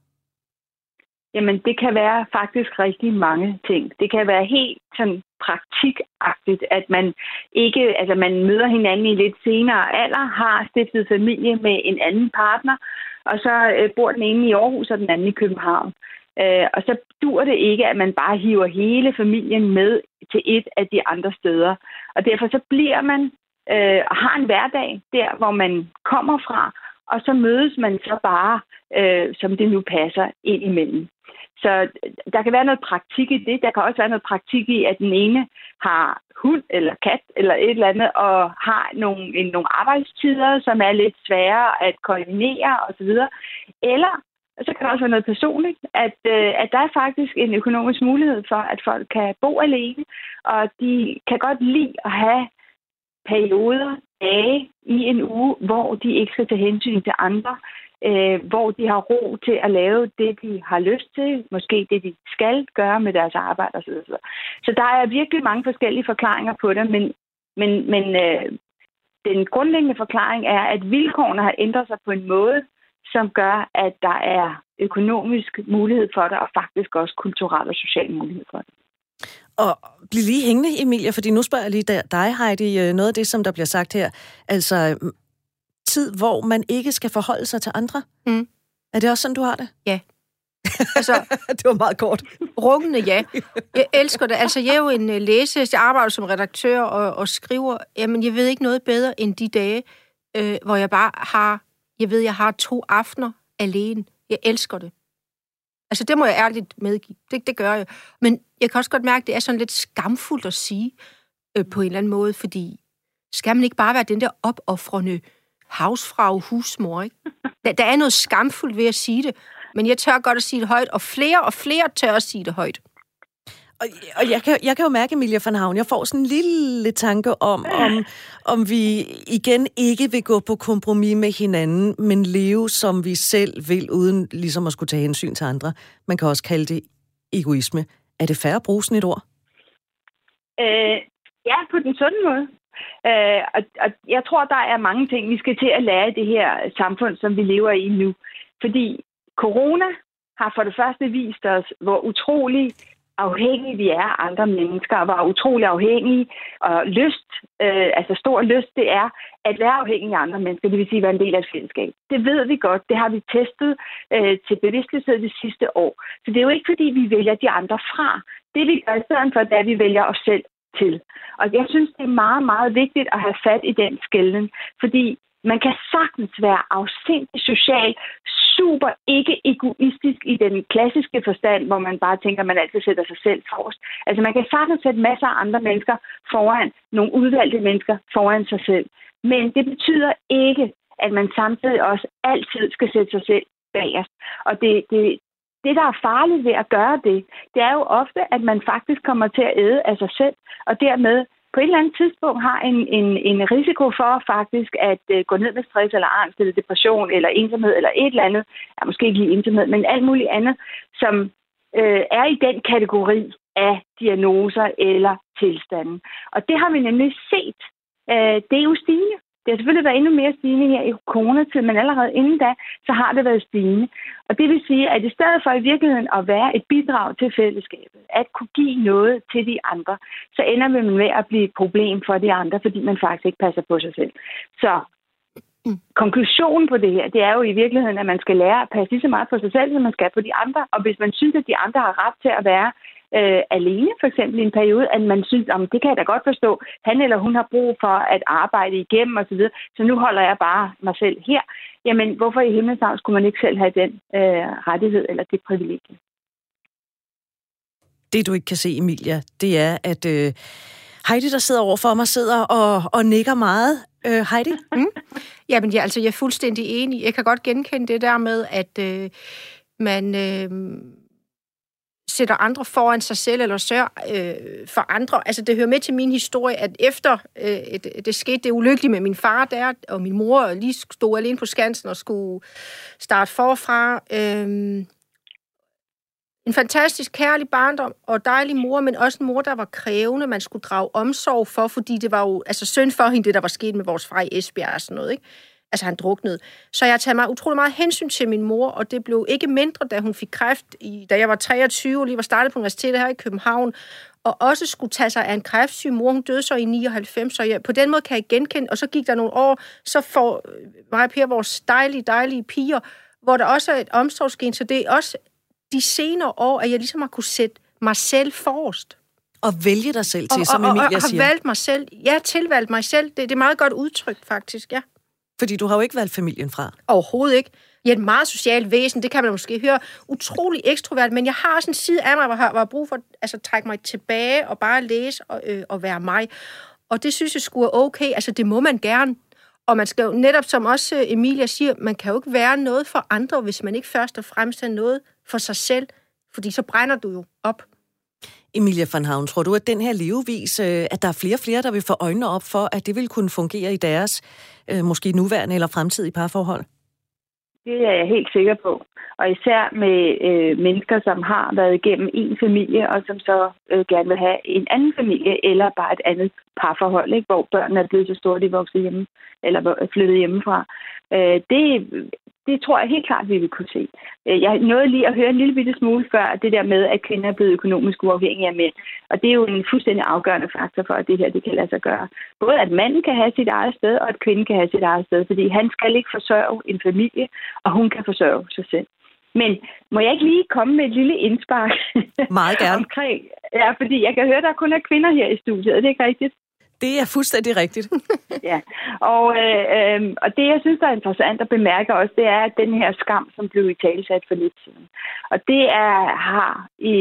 Jamen, det kan være faktisk rigtig mange ting. Det kan være helt sådan praktikagtigt, at man ikke, altså man møder hinanden i lidt senere alder, har stiftet familie med en anden partner, og så øh, bor den ene i Aarhus og den anden i København. Øh, og så dur det ikke, at man bare hiver hele familien med til et af de andre steder. Og derfor så bliver man øh, og har en hverdag der, hvor man kommer fra, og så mødes man så bare, øh, som det nu passer, ind imellem. Så der kan være noget praktik i det. Der kan også være noget praktik i, at den ene har hund eller kat eller et eller andet, og har nogle, nogle arbejdstider, som er lidt svære at koordinere osv. Eller så kan der også være noget personligt, at, at der er faktisk en økonomisk mulighed for, at folk kan bo alene, og de kan godt lide at have perioder, dage i en uge, hvor de ikke skal tage hensyn til andre, øh, hvor de har ro til at lave det, de har lyst til, måske det, de skal gøre med deres arbejde osv. Så der er virkelig mange forskellige forklaringer på det, men, men, men øh, den grundlæggende forklaring er, at vilkårene har ændret sig på en måde, som gør, at der er økonomisk mulighed for det, og faktisk også kulturel og social mulighed for det. Og bliv lige hængende, Emilia, fordi nu spørger jeg lige dig, Heidi, noget af det, som der bliver sagt her. Altså, tid, hvor man ikke skal forholde sig til andre. Mm. Er det også sådan, du har det? Ja. Altså, det var meget kort. Rungende, ja. Jeg elsker det. Altså, jeg er jo en læse, jeg arbejder som redaktør og, og skriver. Jamen, jeg ved ikke noget bedre end de dage, øh, hvor jeg bare har, jeg ved, jeg har to aftener alene. Jeg elsker det. Altså, det må jeg ærligt medgive. Det, det gør jeg. Men jeg kan også godt mærke, at det er sådan lidt skamfuldt at sige øh, på en eller anden måde, fordi skal man ikke bare være den der opoffrende havsfrau, husmor, ikke? Der, der er noget skamfuldt ved at sige det, men jeg tør godt at sige det højt, og flere og flere tør at sige det højt. Og, og jeg, kan, jeg kan jo mærke, Emilia von Havn, jeg får sådan en lille tanke om, om, om vi igen ikke vil gå på kompromis med hinanden, men leve, som vi selv vil, uden ligesom at skulle tage hensyn til andre. Man kan også kalde det egoisme. Er det fair at bruge sådan et ord? Øh, ja, på den sunde måde. Øh, og, og jeg tror, der er mange ting, vi skal til at lære i det her samfund, som vi lever i nu. Fordi corona har for det første vist os, hvor utrolig afhængige vi er af andre mennesker, og hvor utrolig afhængige og lyst, øh, altså stor lyst, det er at være afhængig af andre mennesker, det vil sige at være en del af et fællesskab. Det ved vi godt, det har vi testet øh, til bevidstløshed det sidste år. Så det er jo ikke fordi, vi vælger de andre fra. Det vi gør i stedet for, det er, at vi vælger os selv til. Og jeg synes, det er meget, meget vigtigt at have fat i den skelnen, fordi man kan sagtens være afsindig social, super ikke egoistisk i den klassiske forstand, hvor man bare tænker, at man altid sætter sig selv forrest. Altså man kan sagtens sætte masser af andre mennesker foran, nogle udvalgte mennesker foran sig selv. Men det betyder ikke, at man samtidig også altid skal sætte sig selv bagerst. Og det, det, det, der er farligt ved at gøre det, det er jo ofte, at man faktisk kommer til at æde af sig selv, og dermed på et eller andet tidspunkt har en, en, en risiko for faktisk at uh, gå ned med stress eller angst eller depression eller ensomhed eller et eller andet, ja, måske ikke lige ensomhed, men alt muligt andet, som uh, er i den kategori af diagnoser eller tilstanden. Og det har vi nemlig set. Uh, det er jo stigende. Det har selvfølgelig været endnu mere stigende her i coronatiden, men allerede inden da, så har det været stigende. Og det vil sige, at i stedet for i virkeligheden at være et bidrag til fællesskabet, at kunne give noget til de andre, så ender man med at blive et problem for de andre, fordi man faktisk ikke passer på sig selv. Så konklusionen på det her, det er jo i virkeligheden, at man skal lære at passe lige så meget på sig selv, som man skal på de andre. Og hvis man synes, at de andre har ret til at være øh, alene, for eksempel i en periode, at man synes, at det kan jeg da godt forstå, han eller hun har brug for at arbejde igennem osv., så, så nu holder jeg bare mig selv her. Jamen, hvorfor i himlens navn skulle man ikke selv have den øh, rettighed eller det privilegie? Det, du ikke kan se, Emilia, det er, at øh, Heidi, der sidder overfor mig, sidder og, og nikker meget. Øh, Heidi? Mm. Jamen, ja, altså, jeg er fuldstændig enig. Jeg kan godt genkende det der med, at øh, man... Øh, sætter andre foran sig selv, eller sørger øh, for andre. Altså, det hører med til min historie, at efter øh, det, det skete det ulykkelige med min far der, og min mor lige stod alene på skansen og skulle starte forfra. Øh, en fantastisk, kærlig barndom og dejlig mor, men også en mor, der var krævende, man skulle drage omsorg for, fordi det var jo altså synd for hende, det der var sket med vores far i Esbjerg og sådan noget, ikke? Altså, han druknede. Så jeg har taget mig utrolig meget hensyn til min mor, og det blev ikke mindre, da hun fik kræft, i, da jeg var treogtyve, og lige var startet på universitetet her i København, og også skulle tage sig af en kræftsyg mor. Hun døde så i nioghalvfems, så jeg, på den måde kan jeg genkende, og så gik der nogle år, så får mig og Per vores dejlige, dejlige piger, hvor der også er et omsorgsgen, så det er også de senere år, at jeg ligesom har kunne sætte mig selv forrest. Og vælge dig selv til, og, som og, Emilia og, og siger. har valgt mig selv. Ja, tilvalgt mig selv. Det, det er meget godt udtrykt, faktisk, ja. Fordi du har jo ikke valgt familien fra. Overhovedet ikke. Jeg er et meget socialt væsen, det kan man måske høre. Utrolig ekstrovert, men jeg har også en side af mig, hvor jeg har brug for altså, at trække mig tilbage og bare læse og, øh, og være mig. Og det synes jeg sgu er okay. Altså, det må man gerne. Og man skal jo netop, som også Emilia siger, man kan jo ikke være noget for andre, hvis man ikke først og fremmest er noget for sig selv. Fordi så brænder du jo op. Emilia von Havn, tror du, at den her levevis, at der er flere og flere, der vil få øjnene op for, at det vil kunne fungere i deres måske nuværende eller fremtidige parforhold? Det er jeg helt sikker på. Og især med øh, mennesker, som har været igennem en familie, og som så øh, gerne vil have en anden familie, eller bare et andet parforhold, ikke? Hvor børnene er blevet så store, de er vokset hjemme, eller flyttet hjemmefra. Øh, det, det tror jeg helt klart, vi vil kunne se. Jeg nåede lige at høre en lille bitte smule før, det der med, at kvinder er blevet økonomisk uafhængige af mænd. Og det er jo en fuldstændig afgørende faktor for, at det her det kan lade sig gøre. Både at manden kan have sit eget sted, og at kvinden kan have sit eget sted. Fordi han skal ikke forsørge en familie, og hun kan forsørge sig selv. Men må jeg ikke lige komme med et lille indspark? Meget gerne. Omkring, ja, fordi jeg kan høre, at der kun er kvinder her i studiet. Er det ikke rigtigt? Det er fuldstændig rigtigt. Ja, og, øh, øh, og det, jeg synes, der er interessant at bemærke også, det er, at den her skam, som blev italesat for lidt siden. Og det er, har i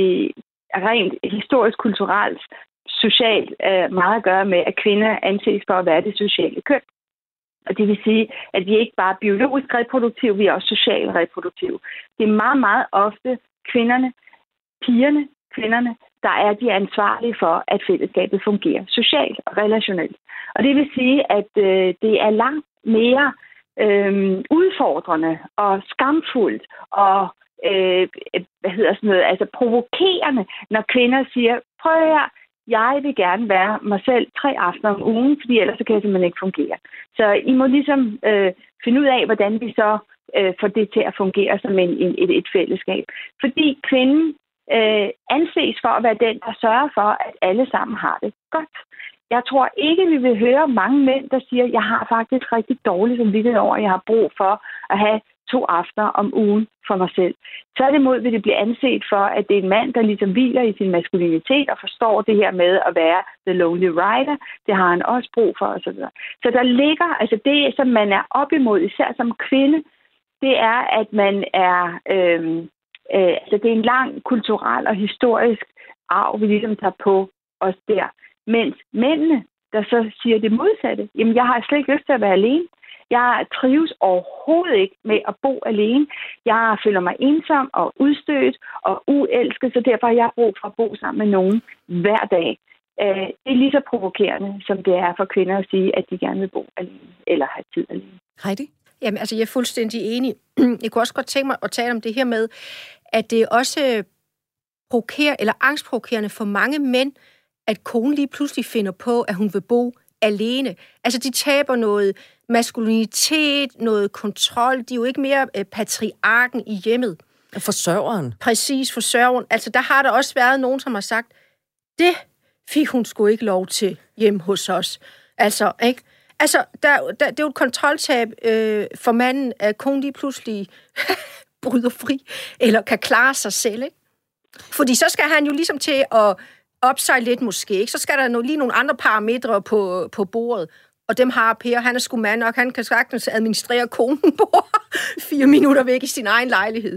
rent historisk, kulturelt, socialt øh, meget at gøre med, at kvinder anses for at være det sociale køn. Og det vil sige, at vi er ikke bare biologisk reproduktive, vi er også socialt reproduktive. Det er meget, meget ofte kvinderne, pigerne, kvinderne, der er de ansvarlige for, at fællesskabet fungerer socialt og relationelt. Og det vil sige, at øh, det er langt mere øh, udfordrende og skamfuldt og øh, hvad hedder sådan noget, altså provokerende, når kvinder siger, prøv her, jeg vil gerne være mig selv tre aftener om ugen, fordi ellers så kan jeg simpelthen ikke fungere. Så I må ligesom øh, finde ud af, hvordan vi så øh, får det til at fungere som en, en, et, et fællesskab. Fordi kvinden øh, anses for at være den, der sørger for, at alle sammen har det godt. Jeg tror ikke, vi vil høre mange mænd, der siger, at jeg har faktisk rigtig dårligt samvittighed over, at jeg har brug for at have to aftener om ugen for mig selv. Tværtimod vil det blive anset for, at det er en mand, der ligesom hviler i sin maskulinitet og forstår det her med at være the lonely rider. Det har han også brug for osv. Så der ligger, altså det, som man er op imod, især som kvinde, det er, at man er, øh, øh, altså det er en lang kulturel og historisk arv, vi ligesom tager på os der. Mens mændene, der så siger det modsatte, jamen jeg har slet ikke lyst til at være alene. Jeg trives overhovedet ikke med at bo alene. Jeg føler mig ensom og udstødt og uelsket, så derfor har jeg brug for at bo sammen med nogen hver dag. Det er lige så provokerende, som det er for kvinder at sige, at de gerne vil bo alene eller have tid alene. Heidi? Jamen, altså, jeg er fuldstændig enig. Jeg kunne også godt tænke mig at tale om det her med, at det også provokerer, eller angstprovokerende for mange mænd, at konen lige pludselig finder på, at hun vil bo alene. Altså, de taber noget maskulinitet, noget kontrol. De er jo ikke mere øh, patriarken i hjemmet. Forsørgeren. Præcis, forsørgeren. Altså, der har der også været nogen, som har sagt, det fik hun sgu ikke lov til hjemme hos os. Altså, ikke? Altså, der, der, det er jo et kontroltab øh, for manden, at konen lige pludselig bryder fri, eller kan klare sig selv, ikke? Fordi så skal han jo ligesom til at opsejle lidt måske, ikke? Så skal der lige nogle andre parametre på, på bordet. Og dem har Per, han er sgu mand nok, han kan sagtens administrere konen på fire minutter væk i sin egen lejlighed.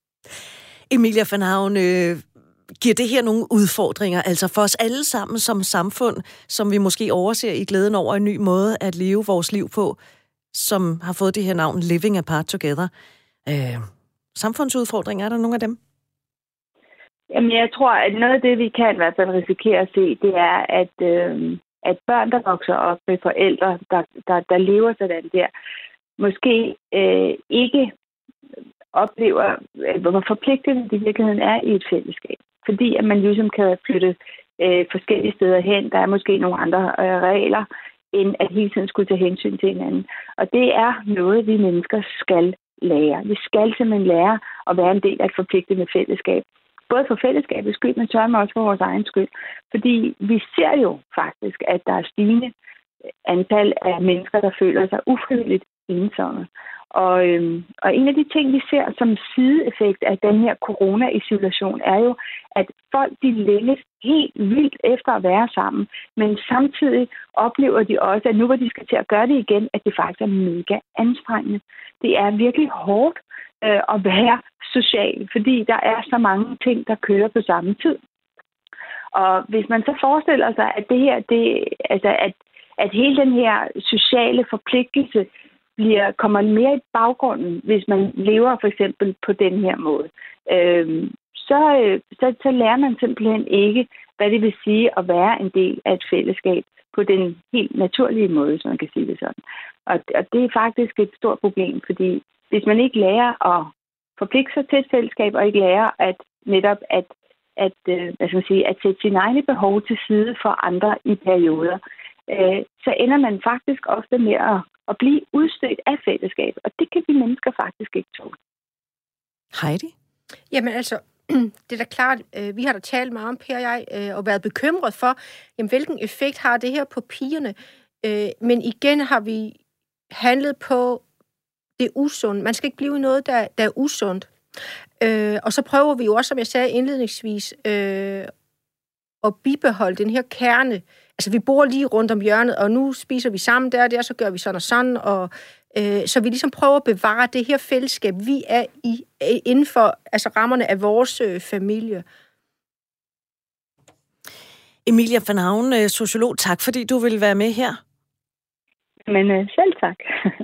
Emilia von Havn, øh, giver det her nogle udfordringer, altså for os alle sammen som samfund, som vi måske overser i glæden over en ny måde at leve vores liv på, som har fået det her navn Living Apart Together. Øh, samfundsudfordringer, er der nogle af dem? Jamen, jeg tror, at noget af det, vi kan i hvert fald risikere at se, det er, at, øh, at børn, der vokser op med forældre, der, der, der lever sådan der, måske øh, ikke oplever, hvor forpligtende det i virkeligheden er i et fællesskab. Fordi at man ligesom kan flytte øh, forskellige steder hen. Der er måske nogle andre øh, regler, end at hele tiden skulle tage hensyn til hinanden. Og det er noget, vi mennesker skal lære. Vi skal simpelthen lære at være en del af et forpligtende fællesskab. Både for fællesskabets skyld, men tør også for vores egen skyld. Fordi vi ser jo faktisk, at der er stigende antal af mennesker, der føler sig ufrivilligt ensomme. Og, øhm, og en af de ting, vi ser som sideeffekt af den her corona-isolation, er jo, at folk de længes helt vildt efter at være sammen, men samtidig oplever de også, at nu hvor de skal til at gøre det igen, at det faktisk er mega anstrengende. Det er virkelig hårdt øh, at være social, fordi der er så mange ting, der kører på samme tid. Og hvis man så forestiller sig, at det her, det, altså at, at hele den her sociale forpligtelse bliver, kommer mere i baggrunden, hvis man lever for eksempel på den her måde, øh, så, så, så lærer man simpelthen ikke, hvad det vil sige at være en del af et fællesskab på den helt naturlige måde, som man kan sige det sådan. Og, og det er faktisk et stort problem, fordi hvis man ikke lærer at forpligte sig til et fællesskab, og ikke lærer at netop at, at, hvad skal man sige, at sætte sine egne behov til side for andre i perioder, øh, så ender man faktisk ofte med at, at blive udstødt af fællesskab, og det kan vi mennesker faktisk ikke tåle. Heidi? Jamen altså, det er da klart, vi har da talt meget om, Per og jeg, og været bekymret for, jamen, hvilken effekt har det her på pigerne. Men igen har vi handlet på det usunde. Man skal ikke blive noget, der, der er usundt. Og så prøver vi jo også, som jeg sagde indledningsvis, at bibeholde den her kerne. Altså, vi bor lige rundt om hjørnet, og nu spiser vi sammen der og der, så gør vi sådan og sådan, og så vi ligesom prøver at bevare det her fællesskab, vi er i, inden for altså rammerne af vores øh, familie. Emilia van Havn, sociolog, tak fordi du ville være med her. Men øh, selv tak.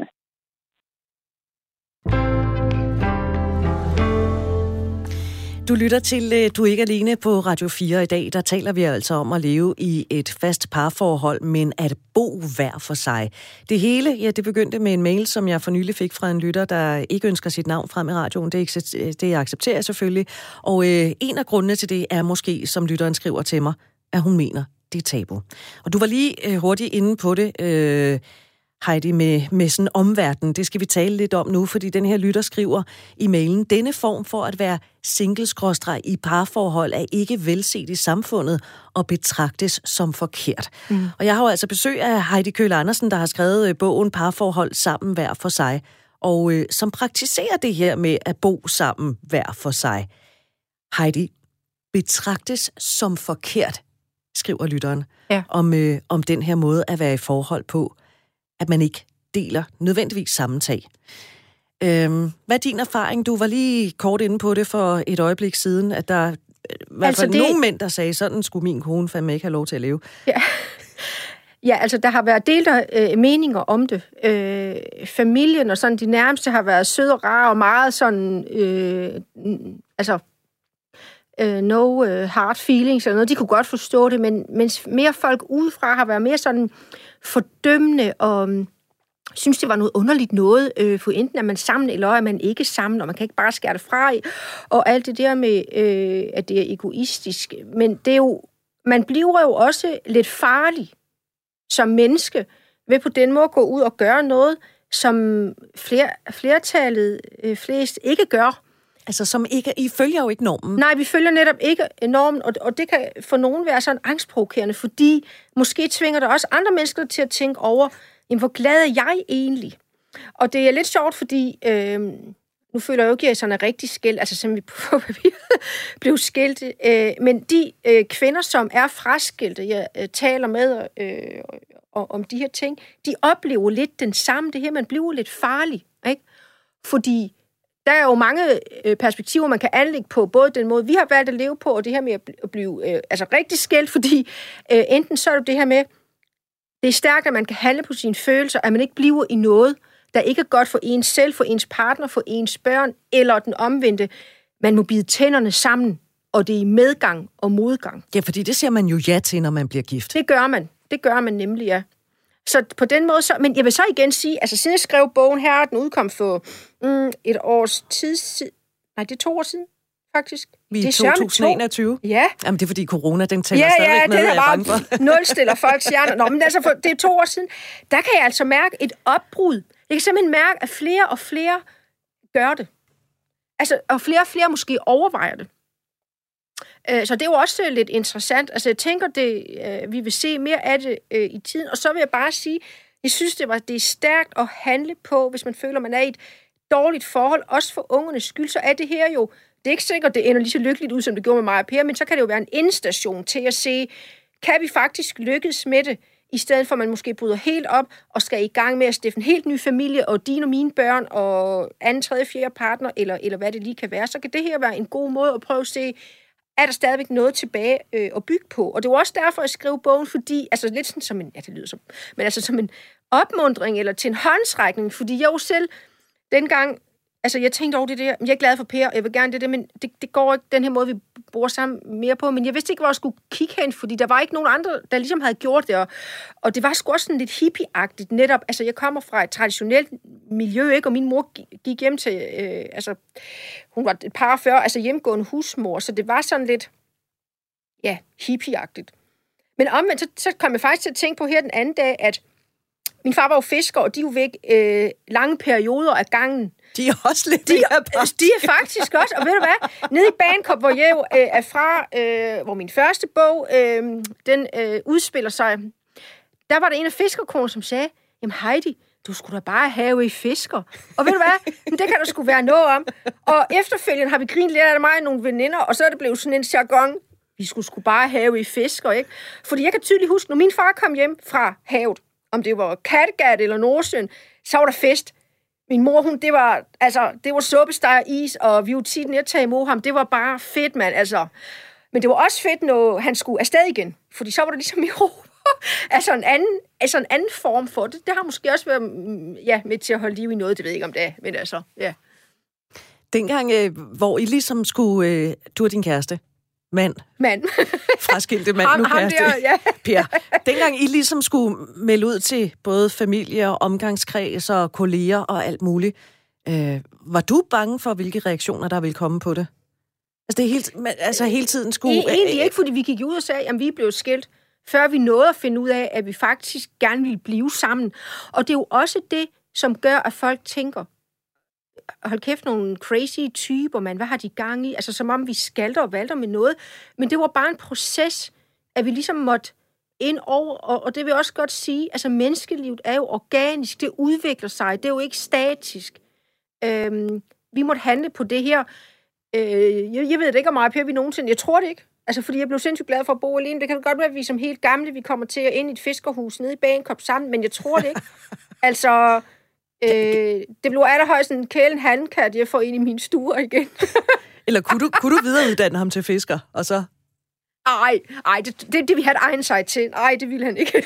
Du lytter til Du er ikke alene på Radio fire i dag. Der taler vi altså om at leve i et fast parforhold, men at bo hver for sig. Det hele, ja, det begyndte med en mail, som jeg for nylig fik fra en lytter, der ikke ønsker sit navn frem i radioen. Det, det accepterer jeg selvfølgelig. Og øh, en af grundene til det er måske, som lytteren skriver til mig, at hun mener, det er tabu. Og du var lige øh, hurtigt inde på det, øh, Heidi, med, med sådan omverden. Det skal vi tale lidt om nu, fordi den her lytter skriver i mailen, denne form for at være singleskråstreg i parforhold er ikke velset i samfundet og betragtes som forkert. Mm. Og jeg har jo altså besøg af Heidi Køhl Andersen, der har skrevet bogen Parforhold sammen hver for sig, og øh, som praktiserer det her med at bo sammen hver for sig. Heidi, betragtes som forkert, skriver lytteren, ja. om, øh, om den her måde at være i forhold på, at man ikke deler nødvendigvis samme tag. Øhm, hvad er din erfaring? Du var lige kort inde på det for et øjeblik siden, at der er altså det... nogle mænd, der sagde, sådan skulle min kone fandme ikke have lov til at leve. Ja, ja altså der har været delt øh, meninger om det. Øh, familien og sådan de nærmeste har været søde og rare og meget sådan, øh, altså øh, no øh, hard feelings eller noget. De kunne godt forstå det, men mens mere folk udefra har været mere sådan fordømmende og um, synes, det var noget underligt noget, øh, for enten er man sammen, eller er man ikke sammen, og man kan ikke bare skære det fra i, og alt det der med, øh, at det er egoistisk. Men det er jo, man bliver jo også lidt farlig som menneske, ved på den måde at gå ud og gøre noget, som fler, flertallet øh, flest ikke gør. Altså, som ikke, I følger jo ikke normen. Nej, vi følger netop ikke normen, og, og det kan for nogen være sådan angstprovokerende, fordi måske tvinger der også andre mennesker til at tænke over, jamen, hvor glad er jeg egentlig? Og det er lidt sjovt, fordi øh, nu føler jeg jo ikke, at jeg sådan er rigtig skilt, altså som vi på papiret blev skilt, øh, men de øh, kvinder, som er fraskilte, jeg øh, taler med øh, og, om de her ting, de oplever lidt den samme, det her, man bliver lidt farlig, ikke? Fordi der er jo mange øh, perspektiver, man kan anlægge på, både den måde, vi har valgt at leve på, og det her med at blive øh, altså rigtig skilt, fordi øh, enten så er det det her med, det er stærkt, at man kan handle på sine følelser, at man ikke bliver i noget, der ikke er godt for ens selv, for ens partner, for ens børn, eller den omvendte, man må bide tænderne sammen, og det er i medgang og modgang. Ja, fordi det siger man jo ja til, når man bliver gift. Det gør man. Det gør man nemlig, ja. Så på den måde, så, men jeg vil så igen sige, altså siden jeg skrev bogen her, den udkom for mm, et års tid siden, nej, det er to år siden, faktisk. Vi er i to tusind og enogtyve. Ja. Jamen, det er fordi corona, den tæller ja, stadigvæk ja, med, det er jeg bange for. nulstiller folks hjerner. Nå, men altså, for, det er to år siden. Der kan jeg altså mærke et opbrud. Jeg kan simpelthen mærke, at flere og flere gør det. Altså, og flere og flere måske overvejer det. Så det er jo også lidt interessant. Altså, jeg tænker, det, vi vil se mere af det i tiden. Og så vil jeg bare sige, jeg synes, det, var, det er stærkt at handle på, hvis man føler, man er i et dårligt forhold. Også for ungernes skyld, så er det her jo, det er ikke sikkert, det ender lige så lykkeligt ud, som det gjorde med mig og Per, men så kan det jo være en indstation til at se, kan vi faktisk lykkes med det, i stedet for at man måske bryder helt op og skal i gang med at stifte en helt ny familie, og dine og mine børn, og anden, tredje, fjerde partner, eller, eller hvad det lige kan være. Så kan det her være en god måde at prøve at se, er der stadigvæk noget tilbage øh, at bygge på. Og det var også derfor, jeg skrev bogen, fordi, altså lidt sådan som en, ja, det lyder som, men altså som en opmuntring, eller til en håndsrækning, fordi jeg jo selv, dengang, altså jeg tænkte over det der, jeg er glad for Per, og jeg vil gerne det der, men det, det går ikke den her måde, vi bor sammen mere på, men jeg vidste ikke, hvor jeg skulle kigge hen, fordi der var ikke nogen andre, der ligesom havde gjort det, og, og det var sgu også sådan lidt hippieagtigt netop, altså jeg kommer fra et traditionelt miljø, ikke, og min mor gik hjem til, øh, altså hun var et par fyrre, altså hjemgående husmor, så det var sådan lidt, ja, hippieagtigt. Men omvendt, så, så kom jeg faktisk til at tænke på her den anden dag, at min far var jo fisker, og de er jo væk øh, lange perioder af gangen. De er også lidt de, de er faktisk også, og ved du hvad? Nede i Bagenkop, hvor jeg jo øh, er fra, øh, hvor min første bog, øh, den øh, udspiller sig, der var der en af fiskerkonen, som sagde, jamen Heidi, du skulle da bare have i fisker. Og ved du hvad? Men det kan der sgu være noget om. Og efterfølgende har vi grinet lidt af mig og nogle veninder, og så er det blevet sådan en jargon. Vi skulle sgu bare have i fisker, ikke? Fordi jeg kan tydeligt huske, når min far kom hjem fra havet, om det var Kattegat eller Nordsjøen, så var der fest. Min mor, hun, det var, altså, det var suppesteg, is, og vi var tit nede at tage imod ham. Det var bare fedt, mand, altså. Men det var også fedt, når han skulle afsted igen. Fordi så var det ligesom i ro. altså, en anden, altså en anden form for det. Det har måske også været ja, med til at holde liv i noget. Det ved jeg ikke, om det er, men altså, ja. Dengang, øh, hvor I ligesom skulle, øh, du og din kæreste, mand. Mand. Fraskilte mand, ham, nu kæreste. Ham der, ja. Per. Dengang I ligesom skulle melde ud til både familie og omgangskreds og kolleger og alt muligt, øh, var du bange for, hvilke reaktioner der ville komme på det? Altså, det er helt, altså hele tiden skulle... E- egentlig ikke, fordi vi gik ud og sagde, at vi blev skilt, før vi nåede at finde ud af, at vi faktisk gerne ville blive sammen. Og det er jo også det, som gør, at folk tænker, hold kæft, nogle crazy typer, man, hvad har de gang i? Altså, som om vi skalter og valter med noget. Men det var bare en proces, at vi ligesom måtte ind over, og, og det vil jeg også godt sige, altså, menneskelivet er jo organisk, det udvikler sig, det er jo ikke statisk. Øhm, vi måtte handle på det her. Øh, jeg, jeg ved det ikke, om mig Per vi nogensinde, jeg tror det ikke. Altså, fordi jeg blev sindssygt glad for at bo alene. Det kan godt være, at vi som helt gamle, vi kommer til at ind i et fiskerhus nede i Bagenkop sammen, men jeg tror det ikke. altså... Øh, det blev allerhøjst en kælen handkat, jeg får ind i mine stuer igen. Eller kunne du, kunne du videreuddanne ham til fisker, og så... Ej, ej, det, det, det vi havde egen sig til. Ej, det ville han ikke.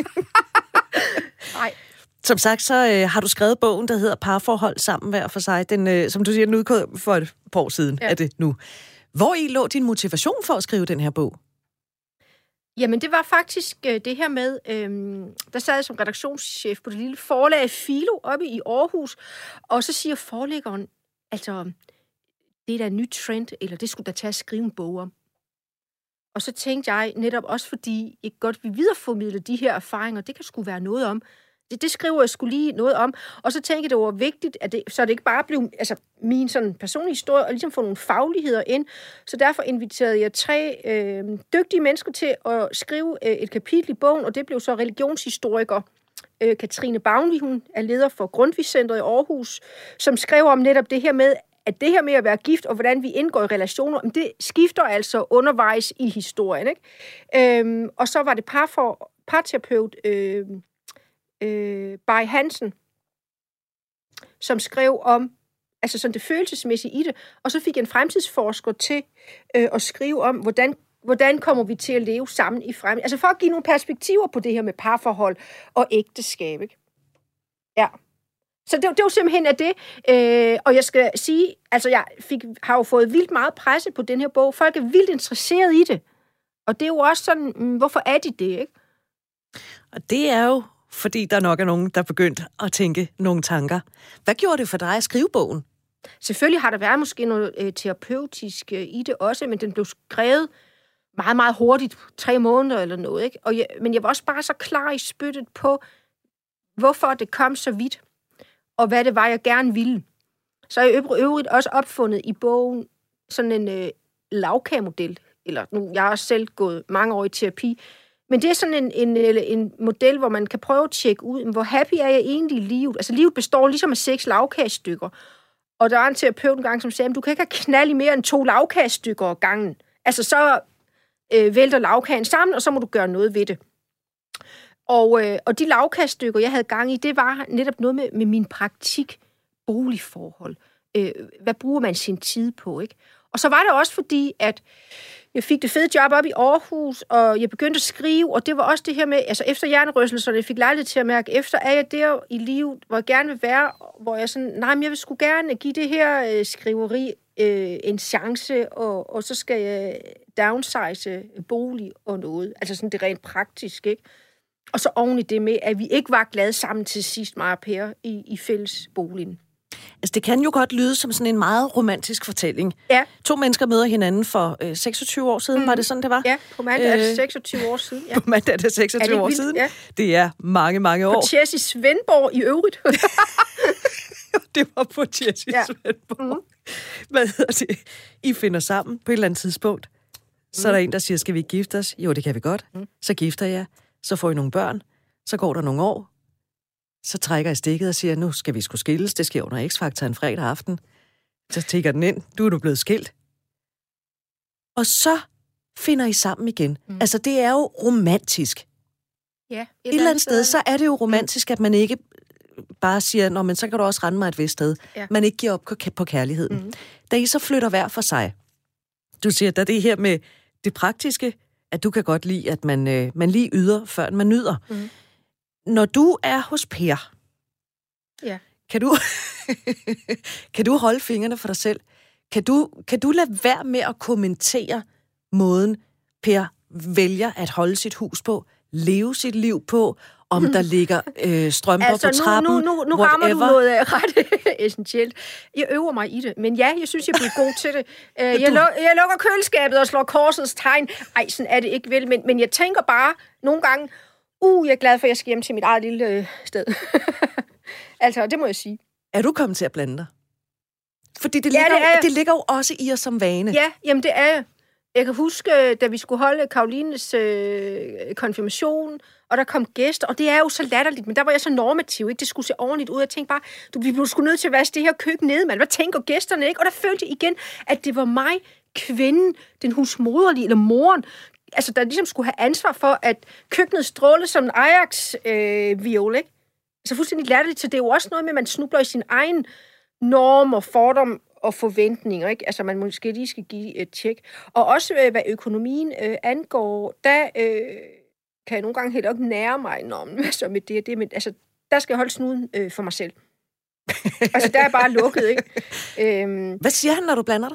Ej. Som sagt, så øh, har du skrevet bogen, der hedder Parforhold sammen hver for sig. Den, øh, som du siger, den udkom for et par år siden, ja. Er det nu. Hvor i lå din motivation for at skrive den her bog? Jamen, det var faktisk øh, det her med, øh, der sad jeg som redaktionschef på det lille forlag Filo oppe i Aarhus, og så siger forlæggeren, altså, det er da en ny trend, eller det skulle da tage at skrive en bog om. Og så tænkte jeg netop også, fordi jeg godt vil videreformidle de her erfaringer, det kan sgu være noget om. Det, det skriver jeg skulle lige noget om. Og så tænkte jeg, det var vigtigt, at det, så det ikke bare blev altså, min sådan personlige historie, og ligesom få nogle fagligheder ind. Så derfor inviterede jeg tre øh, dygtige mennesker til at skrive øh, et kapitel i bogen, og det blev så religionshistoriker øh, Katrine Bavnvig, hun er leder for Grundtvig-centret i Aarhus, som skrev om netop det her med, at det her med at være gift, og hvordan vi indgår i relationer, det skifter altså undervejs i historien. Ikke? Øhm, og så var det par for, parterapeut øh, øh, Bay Hansen, som skrev om altså sådan det følelsesmæssige i det, og så fik en fremtidsforsker til øh, at skrive om, hvordan, hvordan kommer vi til at leve sammen i fremtiden. Altså for at give nogle perspektiver på det her med parforhold og ægteskab. Ikke? Ja. Så det, det var simpelthen af det. Øh, og jeg skal sige, altså jeg fik, har jo fået vildt meget presse på den her bog. Folk er vildt interesseret i det. Og det er jo også sådan, mm, hvorfor er de det, ikke? Og det er jo, fordi der nok er nogen, der er begyndt at tænke nogle tanker. Hvad gjorde det for dig at skrive bogen? Selvfølgelig har der været måske noget øh, terapeutisk øh, i det også, men den blev skrevet meget, meget hurtigt. Tre måneder eller noget, ikke? Og jeg, men jeg var også bare så klar i spyttet på, hvorfor det kom så vidt, og hvad det var, jeg gerne ville. Så har jeg i øvrigt også opfundet i bogen sådan en øh, lavkagemodel, eller nu, jeg har også selv gået mange år i terapi, men det er sådan en, en, en model, hvor man kan prøve at tjekke ud, hvor happy er jeg egentlig i livet? Altså livet består ligesom af seks lavkagestykker, og der er en terapeut en gang, som sagde, at du kan ikke have knald i mere end to lavkagestykker ad gangen. Altså så øh, vælter lavkagen sammen, og så må du gøre noget ved det. Og, øh, og de lavkagestykker, jeg havde gang i, det var netop noget med, med min praktik, boligforhold. Øh, hvad bruger man sin tid på, ikke? Og så var det også fordi, at jeg fik det fede job op i Aarhus, og jeg begyndte at skrive, og det var også det her med, altså efter hjernerystelserne, jeg fik lejlighed til at mærke efter, er jeg der i livet, hvor jeg gerne vil være, hvor jeg sådan, nej, men jeg vil sgu gerne give det her øh, skriveri øh, en chance, og, og så skal jeg downsize bolig og noget, altså sådan det rent praktisk, ikke? Og så oven i det med, at vi ikke var glade sammen til sidst, mig og Per, i, i fællesboligen. Altså, det kan jo godt lyde som sådan en meget romantisk fortælling. Ja. To mennesker møder hinanden for øh, seksogtyve år siden, mm. var det sådan, det var? Ja, på mandag er det seksogtyve år siden. Ja. På mandag er det seksogtyve er det år siden. Ja. Det er mange, mange år. På Chess i Svendborg i øvrigt. Det var på Chess i ja. Svendborg. Mm. Hvad hedder det? I finder sammen på et eller andet tidspunkt. Så mm. er der en, der siger, skal vi gifte os? Jo, det kan vi godt. Mm. Så gifter jeg. Så får I nogle børn. Så går der nogle år. Så trækker jeg stikket og siger, nu skal vi sgu skilles. Det sker under X-Factor en fredag aften. Så tækker den ind. Du er du blevet skilt. Og så finder I sammen igen. Mm. Altså, det er jo romantisk. Ja. Et, et eller andet sted, så er det jo romantisk, at man ikke bare siger, nå, men så kan du også rende mig et vist sted. Ja. Man ikke giver op på kærligheden. Mm. Da I så flytter hver for sig. Du siger, der er det her med det praktiske, at du kan godt lide, at man, øh, man lige yder, før man nyder. Mm. Når du er hos Per, ja. kan, du kan du holde fingrene for dig selv? Kan du, kan du lade være med at kommentere måden, Per vælger at holde sit hus på, leve sit liv på, om der ligger øh, strømper altså, på trappen, nu, nu, nu, nu rammer du noget ret essentielt. Jeg øver mig i det, men ja, jeg synes, jeg bliver god til det. Jeg, lu- jeg lukker køleskabet og slår korsets tegn. Ej, sådan er det ikke vel, men, men jeg tænker bare nogle gange, uh, jeg er glad for, at jeg skal hjem til mit eget lille øh, sted. Altså, det må jeg sige. Er du kommet til at blande dig? Fordi det, ja, ligger, det, det ligger jo også i os som vane. Ja, jamen det er jeg. Jeg kan huske, da vi skulle holde Karolines øh, konfirmation, og der kom gæster, og det er jo så latterligt, men der var jeg så normativ, ikke? Det skulle se ordentligt ud. Jeg tænkte bare, du bliver sgu nødt til at vaske det her køkken ned, mand. Hvad tænker gæsterne, ikke? Og der følte jeg igen, at det var mig, kvinden, den husmoderlige, eller moren, altså der ligesom skulle have ansvar for, at køkkenet strålede som en Ajax-viol, øh, ikke? Så fuldstændig latterligt, så det er jo også noget med, at man snubler i sin egen norm og fordom og forventninger, ikke? Altså, man måske lige skal give et tjek. Og også, øh, hvad økonomien øh, angår, der øh, kan jeg nogle gange helt ikke nære mig normen, så med det og det, men altså, der skal jeg holde snuden øh, for mig selv. Altså, der er bare lukket, ikke? Øhm, Hvad siger han, når du blander dig?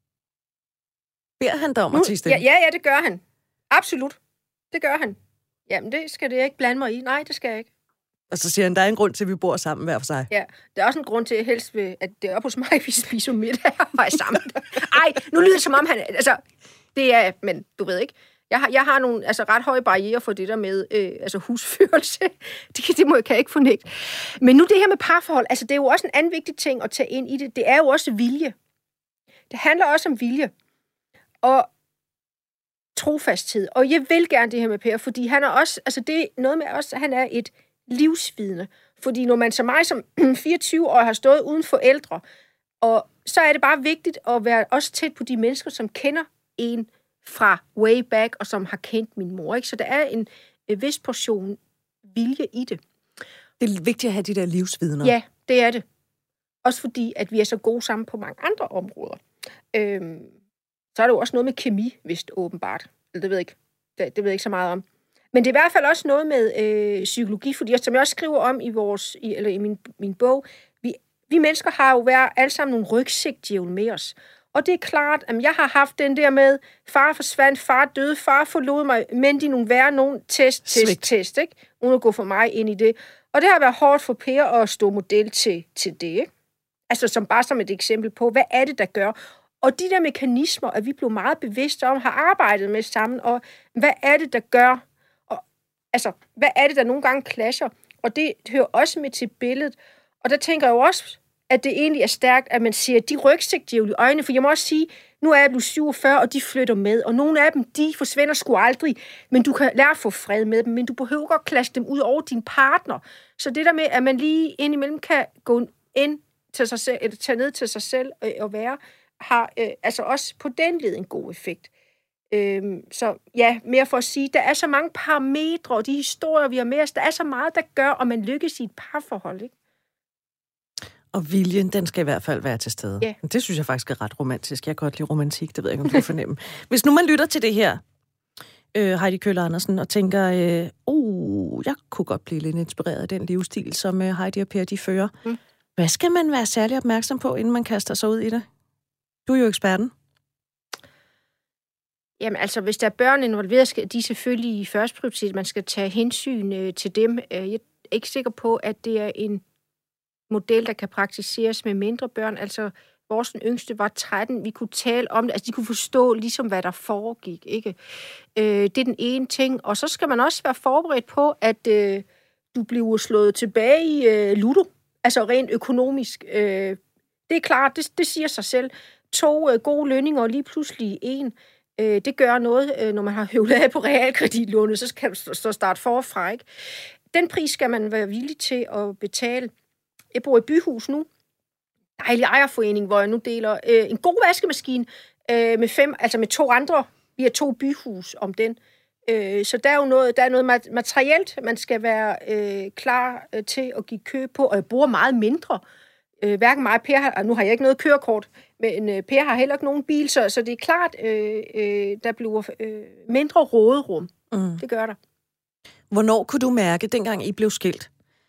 Beder han dig om at tie stille? Ja, ja, ja, det gør han. Absolut. Det gør han. Jamen, det skal det ikke blande mig i. Nej, det skal jeg ikke. Og så siger han, der er en grund til, at vi bor sammen hver for sig. Ja, der er også en grund til, at helst vil, at det er oppe hos mig, vi spiser middag og er sammen. Ej, nu lyder det som om han... Altså, det er... Men du ved ikke. Jeg har, jeg har nogle altså, ret høje barrierer for det der med øh, altså, husførelse. Det, det må jeg, kan jeg ikke fornægte. Men nu det her med parforhold, altså det er jo også en anden vigtig ting at tage ind i det. Det er jo også vilje. Det handler også om vilje. Og trofasthed. Og jeg vil gerne det her med Per, fordi han er også... Altså det er noget med os, han er et livsvidne. Fordi når man som mig som fireogtyve år har stået uden forældre, og så er det bare vigtigt at være også tæt på de mennesker, som kender en fra way back, og som har kendt min mor. Ikke? Så der er en, en vis portion vilje i det. Det er vigtigt at have de der livsvidner. Ja, det er det. Også fordi, at vi er så gode sammen på mange andre områder. Øhm, så er det jo også noget med kemi, vist åbenbart. Eller det ved jeg ikke. Det, det ved jeg ikke så meget om. Men det er i hvert fald også noget med øh, psykologi, fordi som jeg også skriver om i, vores, i, eller i min, min bog, vi, vi mennesker har jo været alle sammen nogle rygsækdjævle med os. Og det er klart, at jeg har haft den der med, far forsvandt, far døde, far forlod mig, men de nogle værre, nogle test, test, Svigt. test, ikke? Uden at gå for mig ind i det. Og det har været hårdt for Per at stå model til, til det, ikke? Altså som bare som et eksempel på, hvad er det, der gør? Og de der mekanismer, at vi blev meget bevidste om, har arbejdet med sammen, og hvad er det, der gør? Og, altså, hvad er det, der nogle gange clasher? Og det hører også med til billedet. Og der tænker jeg jo også, at det egentlig er stærkt, at man ser de rygsækdjævle i øjnene, for jeg må også sige, nu er jeg blevet syvogfyrre, og de flytter med, og nogle af dem, de forsvinder sgu aldrig, men du kan lære at få fred med dem, men du behøver godt klasse dem ud over din partner. Så det der med, at man lige indimellem kan gå ind til sig selv, eller tage ned til sig selv øh, og være, har øh, altså også på den led en god effekt. Øhm, så ja, mere for at sige, der er så mange parametre, og de historier, vi har med os, der er så meget, der gør, om man lykkes i et parforhold, ikke? Og viljen, den skal i hvert fald være til stede. Yeah. Det synes jeg faktisk er ret romantisk. Jeg kan godt lide romantik, det ved jeg ikke, om du kan fornemme. Hvis nu man lytter til det her, øh, Heidi Køller Andersen, og tænker, øh, uh, jeg kunne godt blive lidt inspireret af den livsstil, som øh, Heidi og Per, de fører. Mm. Hvad skal man være særlig opmærksom på, inden man kaster sig ud i det? Du er jo eksperten. Jamen altså, hvis der er børn involveret, skal de selvfølgelig i første prioritet, man skal tage hensyn øh, til dem. Jeg er ikke sikker på, at det er en model, der kan praktiseres med mindre børn. Altså, vores yngste var tretten. Vi kunne tale om det. Altså, de kunne forstå ligesom, hvad der foregik, ikke? Øh, det er den ene ting. Og så skal man også være forberedt på, at øh, du bliver slået tilbage i øh, ludo. Altså, rent økonomisk. Øh, det er klart, det, det siger sig selv. To øh, gode lønninger og lige pludselig en. Øh, det gør noget, øh, når man har høvlet af på realkreditlånet, så kan du stå starte forfra, ikke? Den pris skal man være villig til at betale. Jeg bor i byhus nu. Dejlig ejerforening, hvor jeg nu deler øh, en god vaskemaskine øh, med fem, altså med to andre. Vi har to byhus om den. Øh, så der er jo noget, der er noget materielt, man skal være øh, klar øh, til at give køb på. Og jeg bruger meget mindre. Øh, hverken mig og Per har, nu har jeg ikke noget kørekort, men øh, Per har heller ikke nogen bil, så, så det er klart, øh, øh, der bliver øh, mindre råderum. Mm. Det gør der. Hvornår kunne du mærke, dengang I blev skilt?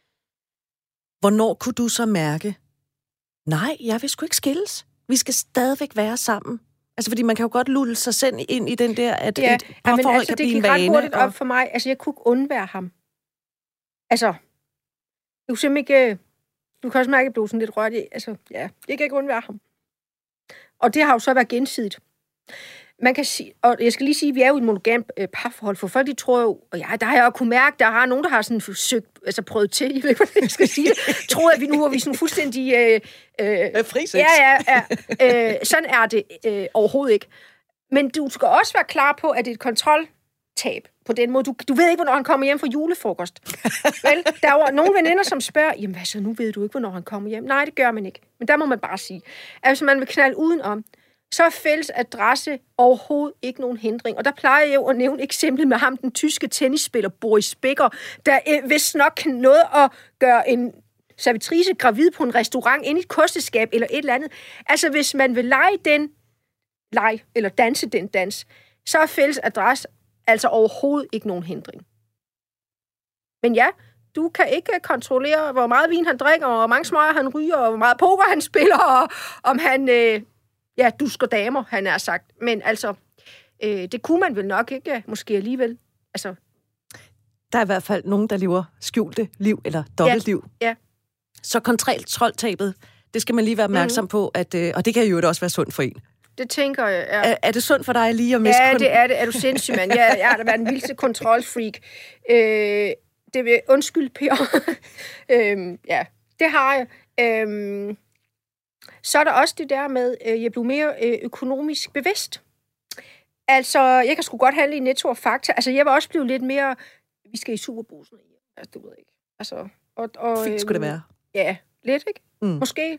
Hvornår kunne du så mærke, nej, jeg vil sgu ikke skilles. Vi skal stadigvæk være sammen. Altså, fordi man kan jo godt lulle sig selv ind i den der, at ja, et parforhold altså, kan blive en vane. Det gik ret hurtigt op for mig. Altså, jeg kunne ikke undvære ham. Altså, jeg kunne simpelthen ikke... Du kan også mærke, at jeg blev sådan lidt rørt i. Altså, ja, jeg kan ikke undvære ham. Og det har jo så været gensidigt. Man kan sige, og jeg skal lige sige, at vi er jo i et monogamt øh, parforhold, for folk, de tror jo, og ja, der har jeg jo kunne mærke, der har nogen, der har sådan forsøgt, altså prøvet til, jeg ved ikke, hvordan jeg skal sige det, tror at vi nu er vi sådan fuldstændig... Øh, øh, Frisex. Ja, ja, ja. Øh, sådan er det øh, overhovedet ikke. Men du skal også være klar på, at det er et kontroltab på den måde. Du, du ved ikke, hvornår han kommer hjem fra julefrokost. Vel? Der er jo nogle veninder, som spørger, jamen hvad så, nu ved du ikke, hvornår han kommer hjem. Nej, det gør man ikke. Men der må man bare sige, at hvis man vil knalde udenom, så er fælles adresse overhovedet ikke nogen hindring. Og der plejer jeg jo at nævne eksemplet med ham, den tyske tennisspiller Boris Becker, der øh, vist nok kan noget at gøre en servitrice gravid på en restaurant inde i et kosteskab eller et eller andet. Altså, hvis man vil lege den leg, eller danse den dans, så er fælles adresse altså overhovedet ikke nogen hindring. Men ja, du kan ikke kontrollere, hvor meget vin han drikker, og hvor mange smøger han ryger, og hvor meget poker han spiller, og om han... Øh, Ja, dusker damer, han har sagt. Men altså, øh, det kunne man vel nok ikke, måske alligevel. Altså. Der er i hvert fald nogen, der lever skjulte liv, eller dobbeltliv. Ja. Ja. Så kontroltabet, det skal man lige være opmærksom mm-hmm. på, at, øh, og det kan jo også være sundt for en. Det tænker jeg, ja. Er, er det sundt for dig lige at miste? Ja, det er det. Er du sindssyg, mand? Jeg, jeg har da været en vildeste kontrolfreak. Øh, det vil undskyld, Per. øh, ja, det har jeg. Øh, Så er der også det der med, at jeg blev mere økonomisk bevidst. Altså, jeg kan sgu godt handle i Netto og Fakta. Altså, jeg var også blevet lidt mere, vi skal i Superbrugsen. Altså, det ved jeg ikke. Altså, og, og, Fint skulle det være. Ja, lidt, ikke? Mm. Måske.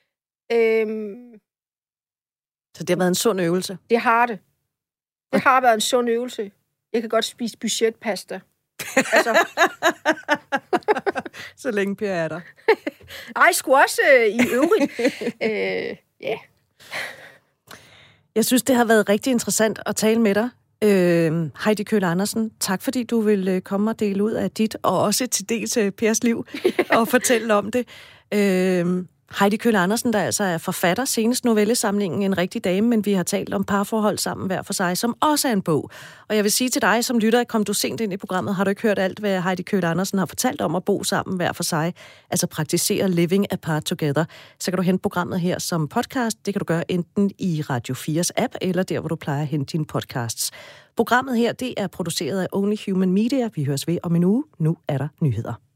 Øhm, Så det har været en sund øvelse? Det har det. Det har været en sund øvelse. Jeg kan godt spise budgetpasta. Altså. Så længe Per er der. Ej, sgu også øh, i øvrigt. øh, ja. Jeg synes, det har været rigtig interessant at tale med dig. Øh, Heidi Køhl Andersen, tak fordi du vil komme og dele ud af dit, og også til dels Pers liv, og fortælle om det. Øh, Heidi Køhl Andersen, der altså er forfatter, senest novellesamlingen En rigtig dame, men vi har talt om parforhold sammen hver for sig, som også er en bog. Og jeg vil sige til dig som lytter, kom du sent ind i programmet, har du ikke hørt alt, hvad Heidi Køhl Andersen har fortalt om at bo sammen hver for sig, altså praktisere living apart together, så kan du hente programmet her som podcast. Det kan du gøre enten i Radio fires app, eller der, hvor du plejer at hente dine podcasts. Programmet her, det er produceret af Only Human Media. Vi høres ved om en uge. Nu er der nyheder.